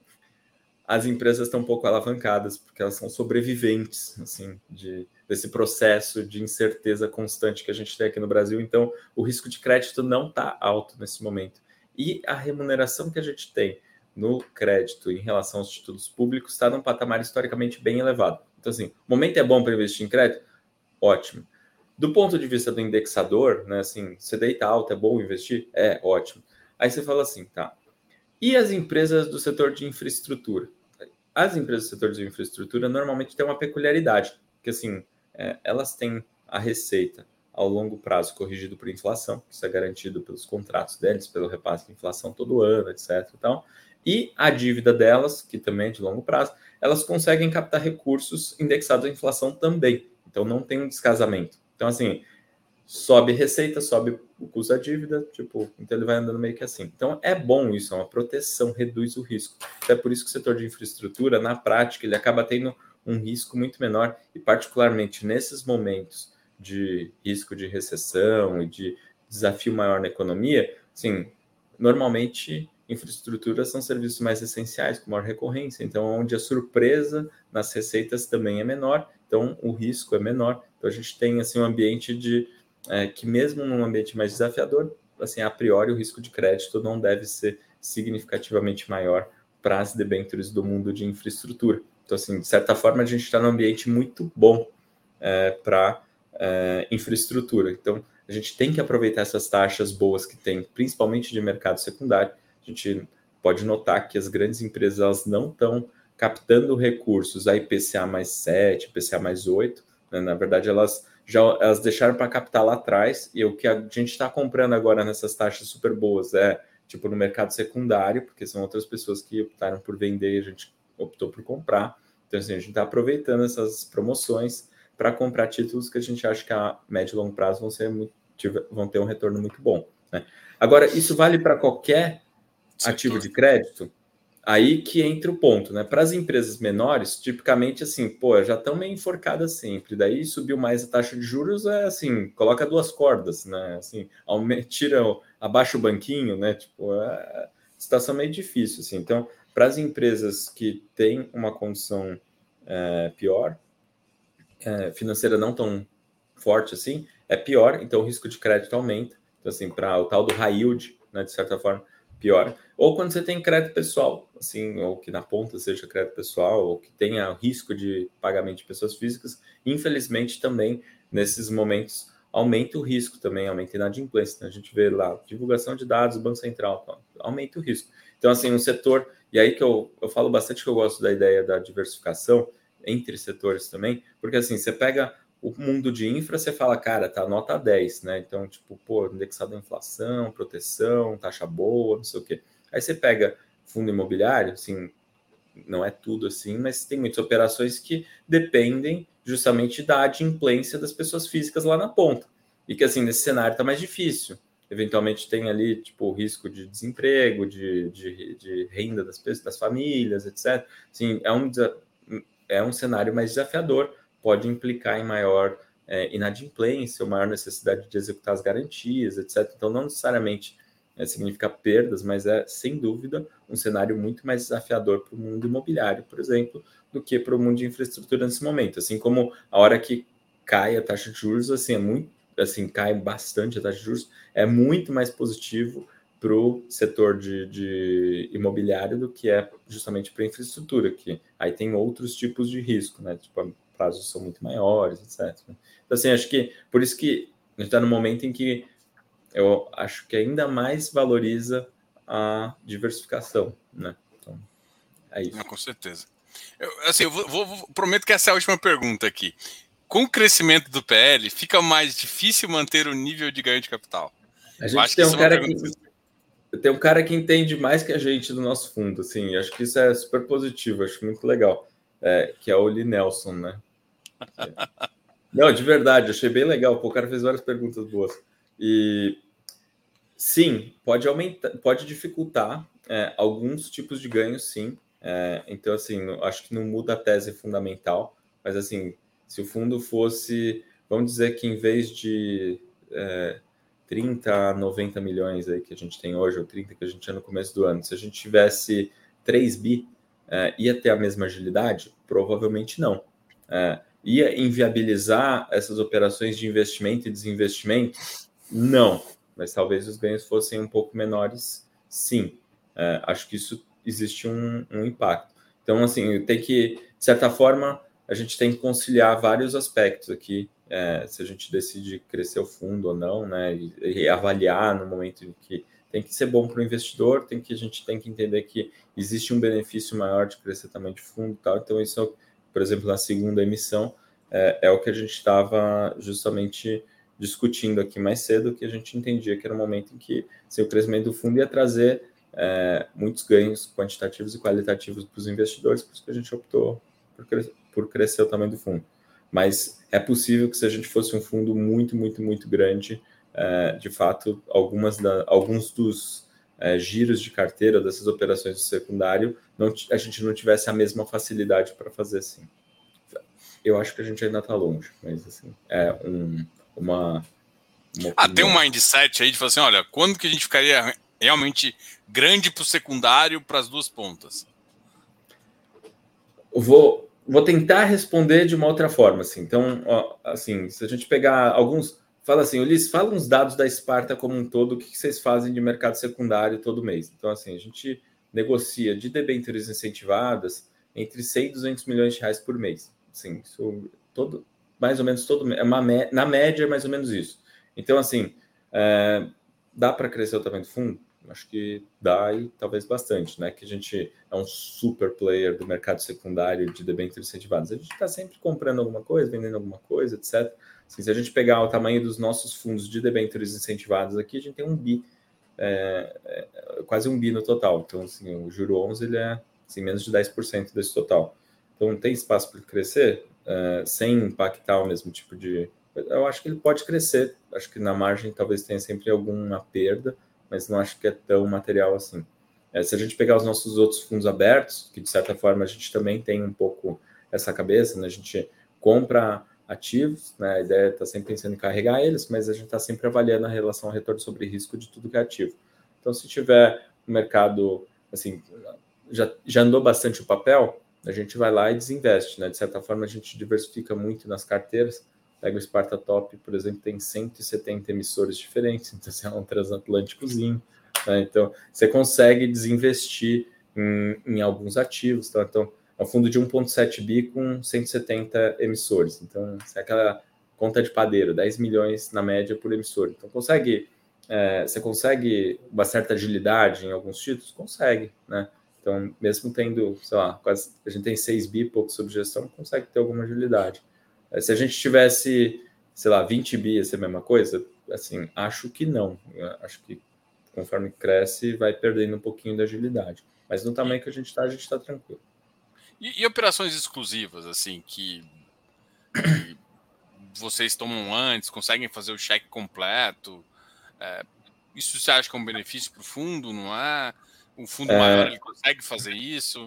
as empresas estão um pouco alavancadas, porque elas são sobreviventes, assim, de, desse processo de incerteza constante que a gente tem aqui no Brasil. Então, o risco de crédito não está alto nesse momento. E a remuneração que a gente tem no crédito em relação aos títulos públicos está num patamar historicamente bem elevado. Então, assim, o momento é bom para investir em crédito? Ótimo. Do ponto de vista do indexador, né, assim, C D I está alto, é bom investir? É, ótimo. Aí você fala assim, tá, e as empresas do setor de infraestrutura? As empresas do setor de infraestrutura normalmente têm uma peculiaridade, que assim, é, elas têm a receita ao longo prazo corrigido por inflação, isso é garantido pelos contratos deles, pelo repasse de inflação todo ano, etc. Então, e a dívida delas, que também é de longo prazo, elas conseguem captar recursos indexados à inflação também. Então, não tem um descasamento. Então, assim, sobe receita, sobe o custo da dívida, tipo, então ele vai andando meio que assim. Então é bom isso, é uma proteção, reduz o risco. É por isso que o setor de infraestrutura, na prática, ele acaba tendo um risco muito menor e particularmente nesses momentos de risco de recessão e de desafio maior na economia, assim, normalmente infraestruturas são serviços mais essenciais, com maior recorrência, então onde a surpresa nas receitas também é menor, então o risco é menor. Então a gente tem assim um ambiente de É, que mesmo num ambiente mais desafiador, assim, a priori o risco de crédito não deve ser significativamente maior para as debêntures do mundo de infraestrutura. Então, assim, de certa forma, a gente está num ambiente muito bom é, para é, infraestrutura. Então, a gente tem que aproveitar essas taxas boas que tem, principalmente de mercado secundário. A gente pode notar que as grandes empresas elas não estão captando recursos a I P C A mais sete, I P C A mais oito, né? Na verdade, elas já elas deixaram para captar lá atrás, e o que a gente está comprando agora nessas taxas super boas é tipo no mercado secundário, porque são outras pessoas que optaram por vender e a gente optou por comprar. Então, assim, a gente está aproveitando essas promoções para comprar títulos que a gente acha que a médio e longo prazo vão, ser muito, vão ter um retorno muito bom, né? Agora, isso vale para qualquer Setor. Ativo de crédito? Aí que entra o ponto, né? Para as empresas menores, tipicamente assim, pô, já estão meio enforcadas sempre. Daí subiu mais a taxa de juros, é assim, coloca duas cordas, né? Assim, aumenta, tira, abaixa o banquinho, né? Tipo, é situação meio difícil, assim. Então, para as empresas que têm uma condição é, pior, é, financeira não tão forte assim, é pior, então o risco de crédito aumenta. Então, assim, para o tal do high yield, né, de certa forma, pior. Ou quando você tem crédito pessoal, assim, ou que na ponta seja crédito pessoal, ou que tenha risco de pagamento de pessoas físicas, infelizmente também, nesses momentos, aumenta o risco também, aumenta a inadimplência. Né? A gente vê lá, divulgação de dados do Banco Central, então, aumenta o risco. Então, assim, um setor, e aí que eu, eu falo bastante que eu gosto da ideia da diversificação entre setores também, porque assim, você pega o mundo de infra, você fala, cara, tá nota dez, né? Então, tipo, pô, indexado à inflação, proteção, taxa boa, não sei o quê. Aí você pega fundo imobiliário, assim, não é tudo assim, mas tem muitas operações que dependem justamente da adimplência das pessoas físicas lá na ponta. E que, assim, nesse cenário tá mais difícil. Eventualmente tem ali, tipo, o risco de desemprego, de, de, de renda das, pessoas, das famílias, etcétera. Assim, é um, é um cenário mais desafiador, pode implicar em maior é, inadimplência ou maior necessidade de executar as garantias, etcétera. Então, não necessariamente é, significa perdas, mas é, sem dúvida, um cenário muito mais desafiador para o mundo imobiliário, por exemplo, do que para o mundo de infraestrutura nesse momento. Assim como a hora que cai a taxa de juros, assim, é muito, assim, cai bastante a taxa de juros, é muito mais positivo para o setor de, de imobiliário do que é justamente para a infraestrutura, que aí tem outros tipos de risco, né? Tipo, prazos são muito maiores, etcétera. Então, assim, acho que por isso que a gente está no momento em que eu acho que ainda mais valoriza a diversificação, né? Então, é isso. Não, com certeza. Eu, assim, eu vou, vou, prometo que essa é a última pergunta aqui. Com o crescimento do P L, fica mais difícil manter o nível de ganho de capital? A gente tem um é cara que tem um cara que entende mais que a gente do nosso fundo, assim, acho que isso é super positivo, acho muito legal, é, que é o Lee Nelson, né? Não, de verdade, achei bem legal, pô, o cara fez várias perguntas boas. E sim, pode aumentar, pode dificultar é, alguns tipos de ganhos, sim. É, então, assim, acho que não muda a tese fundamental, mas assim, se o fundo fosse, vamos dizer que em vez de é, trinta a noventa milhões aí que a gente tem hoje, ou trinta que a gente tinha no começo do ano, se a gente tivesse três bi, é, ia ter a mesma agilidade? Provavelmente não. É, ia inviabilizar essas operações de investimento e desinvestimento? Não, mas talvez os ganhos fossem um pouco menores, sim. É, acho que isso existe um, um impacto. Então, assim, tem que, de certa forma, a gente tem que conciliar vários aspectos aqui, é, se a gente decide crescer o fundo ou não, né, e, e avaliar no momento em que tem que ser bom para o investidor, tem que a gente tem que entender que existe um benefício maior de crescer também de fundo e tal. Então, isso, por exemplo, na segunda emissão, é, é o que a gente estava justamente discutindo aqui mais cedo, que a gente entendia que era um momento em que assim, o crescimento do fundo ia trazer é, muitos ganhos quantitativos e qualitativos para os investidores, por isso que a gente optou por, cres por crescer o tamanho do fundo. Mas é possível que se a gente fosse um fundo muito, muito, muito grande, é, de fato, algumas da, alguns dos é, giros de carteira dessas operações do secundário, não, a gente não tivesse a mesma facilidade para fazer assim. Eu acho que a gente ainda está longe, mas assim, é um, uma, uma ah, tem um mindset aí de falar assim, olha, quando que a gente ficaria realmente grande para o secundário para as duas pontas? Vou, vou tentar responder de uma outra forma, assim. Então, ó, assim, se a gente pegar alguns, fala assim, Ulisses, fala uns dados da Sparta como um todo, o que vocês fazem de mercado secundário todo mês. Então, assim, a gente negocia de debêntures incentivadas entre cem e duzentos milhões de reais por mês. Assim, isso todo, mais ou menos todo, é uma, na média é mais ou menos isso. Então, assim, é, dá para crescer o tamanho do fundo? Acho que dá e talvez bastante, né? Que a gente é um super player do mercado secundário de debêntures incentivadas. A gente está sempre comprando alguma coisa, vendendo alguma coisa, etcétera. Assim, se a gente pegar o tamanho dos nossos fundos de debêntures incentivadas aqui, a gente tem um bi, é, é, quase um bi no total. Então, assim, o Juro onze ele é assim, menos de dez por cento desse total. Então, tem espaço para crescer é, sem impactar o mesmo tipo de... Eu acho que ele pode crescer. Acho que na margem talvez tenha sempre alguma perda, mas não acho que é tão material assim. É, se a gente pegar os nossos outros fundos abertos, que de certa forma a gente também tem um pouco essa cabeça, né? A gente compra ativos, né? A ideia está sempre pensando em carregar eles, mas a gente está sempre avaliando a relação ao retorno sobre risco de tudo que é ativo. Então, se tiver um mercado, assim, já, já andou bastante o papel, a gente vai lá e desinveste, né? De certa forma, a gente diversifica muito nas carteiras. Pega o Sparta Top, por exemplo, tem cento e setenta emissores diferentes, então você é um transatlânticozinho, né? Então você consegue desinvestir em, em alguns ativos, tá? Então é um fundo de um vírgula sete bi com cento e setenta emissores, então é aquela conta de padeiro, dez milhões na média por emissor, então consegue, é, você consegue uma certa agilidade em alguns títulos? Consegue, né? Então mesmo tendo, sei lá, quase, a gente tem seis bi pouco sob gestão, consegue ter alguma agilidade. Se a gente tivesse, sei lá, vinte bi, ia ser a mesma coisa? Assim, acho que não. Acho que conforme cresce, vai perdendo um pouquinho da agilidade. Mas no tamanho que a gente está, a gente está tranquilo. E, e operações exclusivas, assim, que, que vocês tomam antes, conseguem fazer o cheque completo? É, isso você acha que é um benefício para o fundo, não é? Um fundo é... maior, ele consegue fazer isso?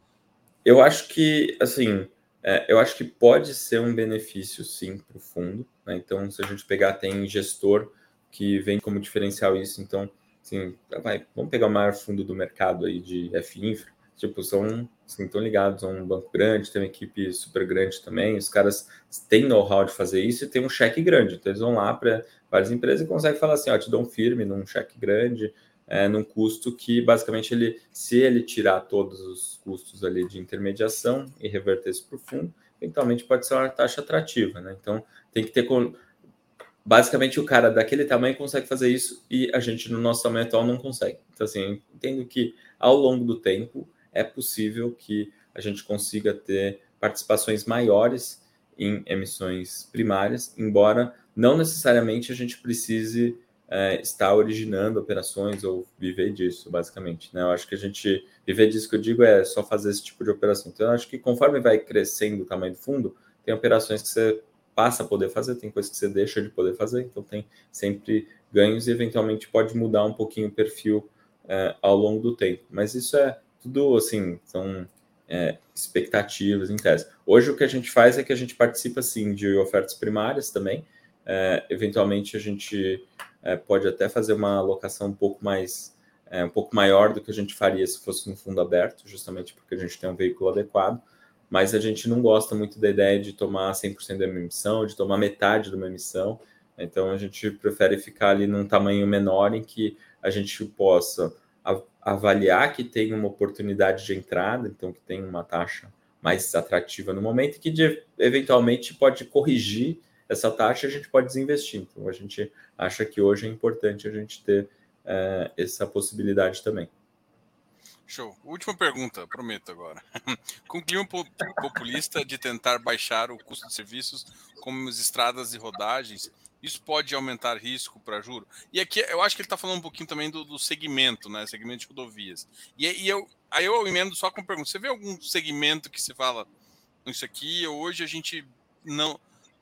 Eu acho que, assim, é, eu acho que pode ser um benefício, sim, para o fundo, né? Então, se a gente pegar, tem gestor que vem como diferencial isso. Então, Assim, vai, vamos pegar o maior fundo do mercado aí de F Infra, tipo, são, assim, estão ligados a um banco grande, tem uma equipe super grande também, os caras têm know-how de fazer isso e tem um cheque grande, então eles vão lá para várias empresas e conseguem falar assim, ó, te dou um firme num cheque grande, é, num custo que, basicamente, ele, se ele tirar todos os custos ali de intermediação e reverter isso para o fundo, eventualmente pode ser uma taxa atrativa, né? Então, tem que ter... Basicamente, o cara daquele tamanho consegue fazer isso e a gente, no nosso tamanho atual, não consegue. Então, assim, eu entendo que, ao longo do tempo, é possível que a gente consiga ter participações maiores em emissões primárias, embora não necessariamente a gente precise é, estar originando operações ou viver disso, basicamente, né? Eu acho que a gente viver disso que eu digo é só fazer esse tipo de operação. Então, eu acho que conforme vai crescendo o tamanho do fundo, tem operações que você passa a poder fazer, tem coisas que você deixa de poder fazer, então tem sempre ganhos e eventualmente pode mudar um pouquinho o perfil é, ao longo do tempo. Mas isso é tudo, assim, são é, expectativas em tese. Hoje o que a gente faz é que a gente participa, sim, de ofertas primárias também. É, eventualmente a gente é, pode até fazer uma alocação um pouco mais, é, um pouco maior do que a gente faria se fosse um fundo aberto, justamente porque a gente tem um veículo adequado. Mas a gente não gosta muito da ideia de tomar cem por cento da emissão, de tomar metade de uma emissão. Então, a gente prefere ficar ali num tamanho menor em que a gente possa avaliar que tem uma oportunidade de entrada, então que tem uma taxa mais atrativa no momento e que de, eventualmente pode corrigir essa taxa e a gente pode desinvestir. Então, a gente acha que hoje é importante a gente ter é, essa possibilidade também. Show. Última pergunta, prometo agora. Com o clima populista de tentar baixar o custo de serviços, como as estradas e rodagens, isso pode aumentar risco para juro? E aqui eu acho que ele está falando um pouquinho também do, do segmento, né? Segmento de rodovias. E, e eu, aí eu emendo só com pergunta: você vê algum segmento que se fala, isso aqui, hoje a gente não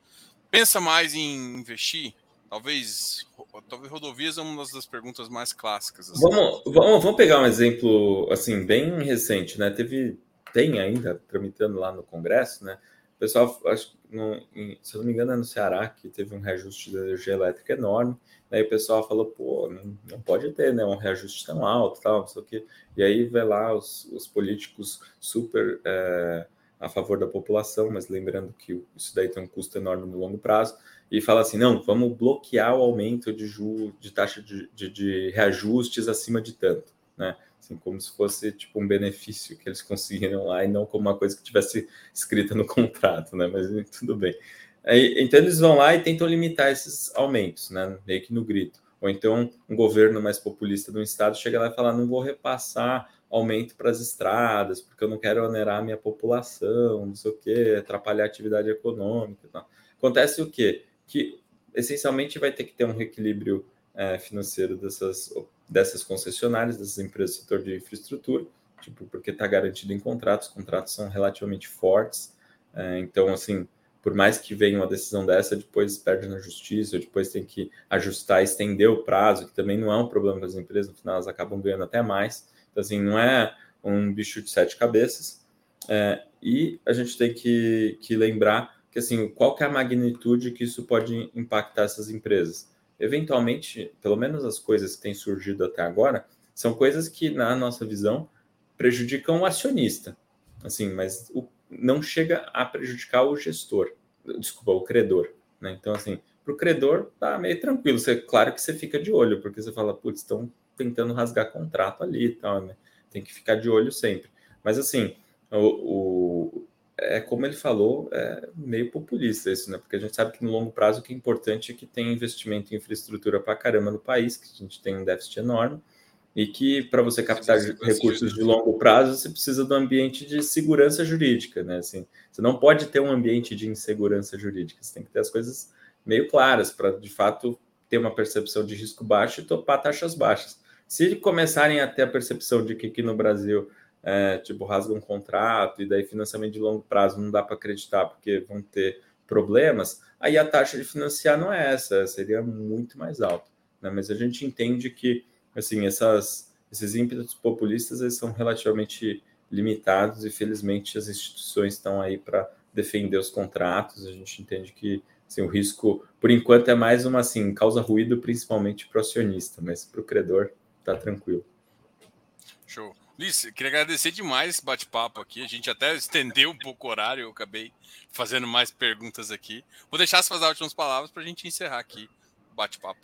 pensa mais em investir? Talvez, talvez rodovias é uma das perguntas mais clássicas. Assim. Vamos, vamos, vamos pegar um exemplo assim bem recente, né? Teve, tem ainda tramitando lá no Congresso, né? O pessoal, acho, no, em, se eu não me engano, é no Ceará que teve um reajuste da energia elétrica enorme. Aí o pessoal falou, pô, não, não pode ter, né? Um reajuste tão alto, tal, não sei o quê. E aí vai lá os, os políticos super é, a favor da população, mas lembrando que isso daí tem um custo enorme no longo prazo. E fala assim, não, vamos bloquear o aumento de juros, de taxa de, de, de reajustes acima de tanto, né? Assim, como se fosse tipo um benefício que eles conseguiram lá e não como uma coisa que tivesse escrita no contrato, né? Mas tudo bem. Aí, então eles vão lá e tentam limitar esses aumentos, né? Meio que no grito. Ou então um governo mais populista do estado chega lá e fala, não vou repassar aumento para as estradas, porque eu não quero onerar a minha população, não sei o quê, atrapalhar a atividade econômica e tal. Acontece o quê? Que essencialmente vai ter que ter um reequilíbrio é, financeiro dessas, dessas concessionárias, dessas empresas do setor de infraestrutura, tipo, porque está garantido em contratos, os contratos são relativamente fortes, é, então, assim, por mais que venha uma decisão dessa, depois perde na justiça, ou depois tem que ajustar, estender o prazo, que também não é um problema para as empresas, no final elas acabam ganhando até mais, então, assim, não é um bicho de sete cabeças, é, e a gente tem que, que lembrar que assim, qual que é a magnitude que isso pode impactar essas empresas? Eventualmente, pelo menos as coisas que têm surgido até agora, são coisas que, na nossa visão, prejudicam o acionista, assim, mas o, não chega a prejudicar o gestor, desculpa, o credor, né? Então, assim, para o credor tá meio tranquilo, você, claro que você fica de olho, porque você fala, putz, estão tentando rasgar contrato ali e tal, né? Tem que ficar de olho sempre. Mas, assim, o, o é como ele falou, é meio populista isso, né? Porque a gente sabe que no longo prazo o que é importante é que tenha investimento em infraestrutura para caramba no país, que a gente tem um déficit enorme, e que para você captar recursos de longo prazo, você precisa de um ambiente de segurança jurídica, né? Assim, você não pode ter um ambiente de insegurança jurídica, você tem que ter as coisas meio claras para, de fato, ter uma percepção de risco baixo e topar taxas baixas. Se começarem a ter a percepção de que aqui no Brasil É, tipo, rasga um contrato e daí financiamento de longo prazo não dá para acreditar porque vão ter problemas, aí a taxa de financiar não é essa, seria muito mais alta, né? Mas a gente entende que, assim, essas, esses ímpetos populistas eles são relativamente limitados e, felizmente, as instituições estão aí para defender os contratos, a gente entende que assim, o risco, por enquanto, é mais uma, assim, causa ruído principalmente para o acionista, mas para o credor tá tranquilo. Show. Liz, queria agradecer demais esse bate-papo aqui. A gente até estendeu um pouco o horário, eu acabei fazendo mais perguntas aqui. Vou deixar você fazer as últimas palavras para a gente encerrar aqui o bate-papo.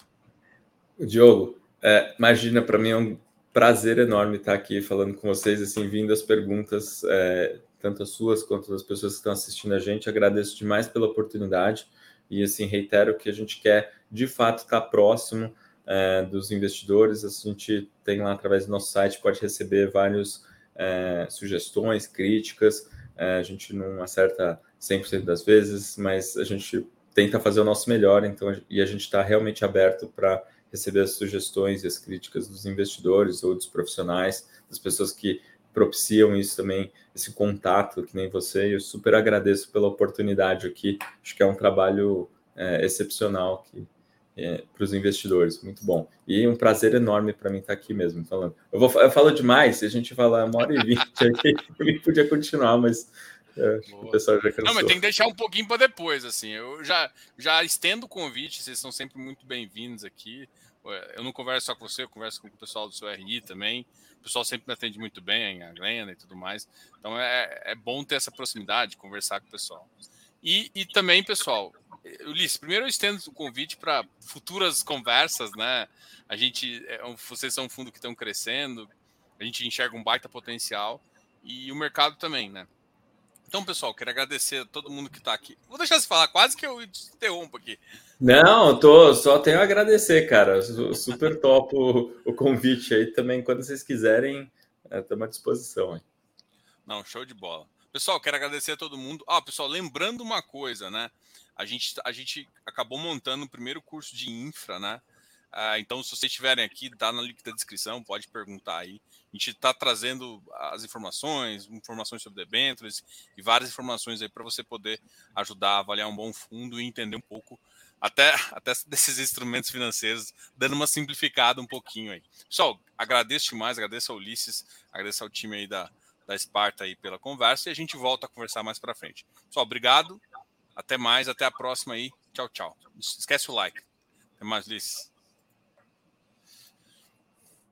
Diogo, é, imagina, para mim é um prazer enorme estar aqui falando com vocês, assim, vindo as perguntas, é, tanto as suas quanto das pessoas que estão assistindo a gente. Agradeço demais pela oportunidade e, assim, reitero que a gente quer, de fato, estar próximo é, dos investidores. A gente tem lá, através do nosso site, pode receber várias é, sugestões, críticas. É, a gente não acerta cem por cento das vezes, mas a gente tenta fazer o nosso melhor, então, e a gente está realmente aberto para receber as sugestões e as críticas dos investidores ou dos profissionais, das pessoas que propiciam isso também, esse contato, que nem você. Eu super agradeço pela oportunidade aqui. Acho que é um trabalho é, excepcional que, é, para os investidores. Muito bom. E um prazer enorme para mim estar aqui mesmo falando. Eu, vou, eu falo demais, se a gente falar uma hora e vinte aqui, eu podia continuar, mas é, acho que o pessoal já cansou. Não, mas tem que deixar um pouquinho para depois, assim. Eu já, já estendo o convite, vocês são sempre muito bem-vindos aqui. Eu não converso só com você, eu converso com o pessoal do seu R I também. O pessoal sempre me atende muito bem, a Glenda e tudo mais. Então é, é bom ter essa proximidade, conversar com o pessoal. E, e também, pessoal, Ulisses, primeiro eu estendo o convite para futuras conversas, né? A gente, vocês são um fundo que estão crescendo, a gente enxerga um baita potencial e o mercado também, né? Então, pessoal, quero agradecer a todo mundo que está aqui. Vou deixar você falar, quase que eu interrompo aqui. Não, tô, só tenho a agradecer, cara. Super top o, o convite aí também. Quando vocês quiserem, estamos à disposição. Hein? Não, show de bola. Pessoal, quero agradecer a todo mundo. Ah, pessoal, lembrando uma coisa, né? A gente, a gente acabou montando o primeiro curso de infra, né? Ah, então, se vocês estiverem aqui, tá no link da descrição, pode perguntar aí. A gente está trazendo as informações, informações sobre debêntures e várias informações aí para você poder ajudar a avaliar um bom fundo e entender um pouco até, até desses instrumentos financeiros, dando uma simplificada um pouquinho aí. Pessoal, agradeço demais, agradeço ao Ulisses, agradeço ao time aí da, da Sparta aí pela conversa e a gente volta a conversar mais para frente. Pessoal, obrigado, até mais, até a próxima aí. Tchau, tchau. Esquece o like. Até mais, Ulisses.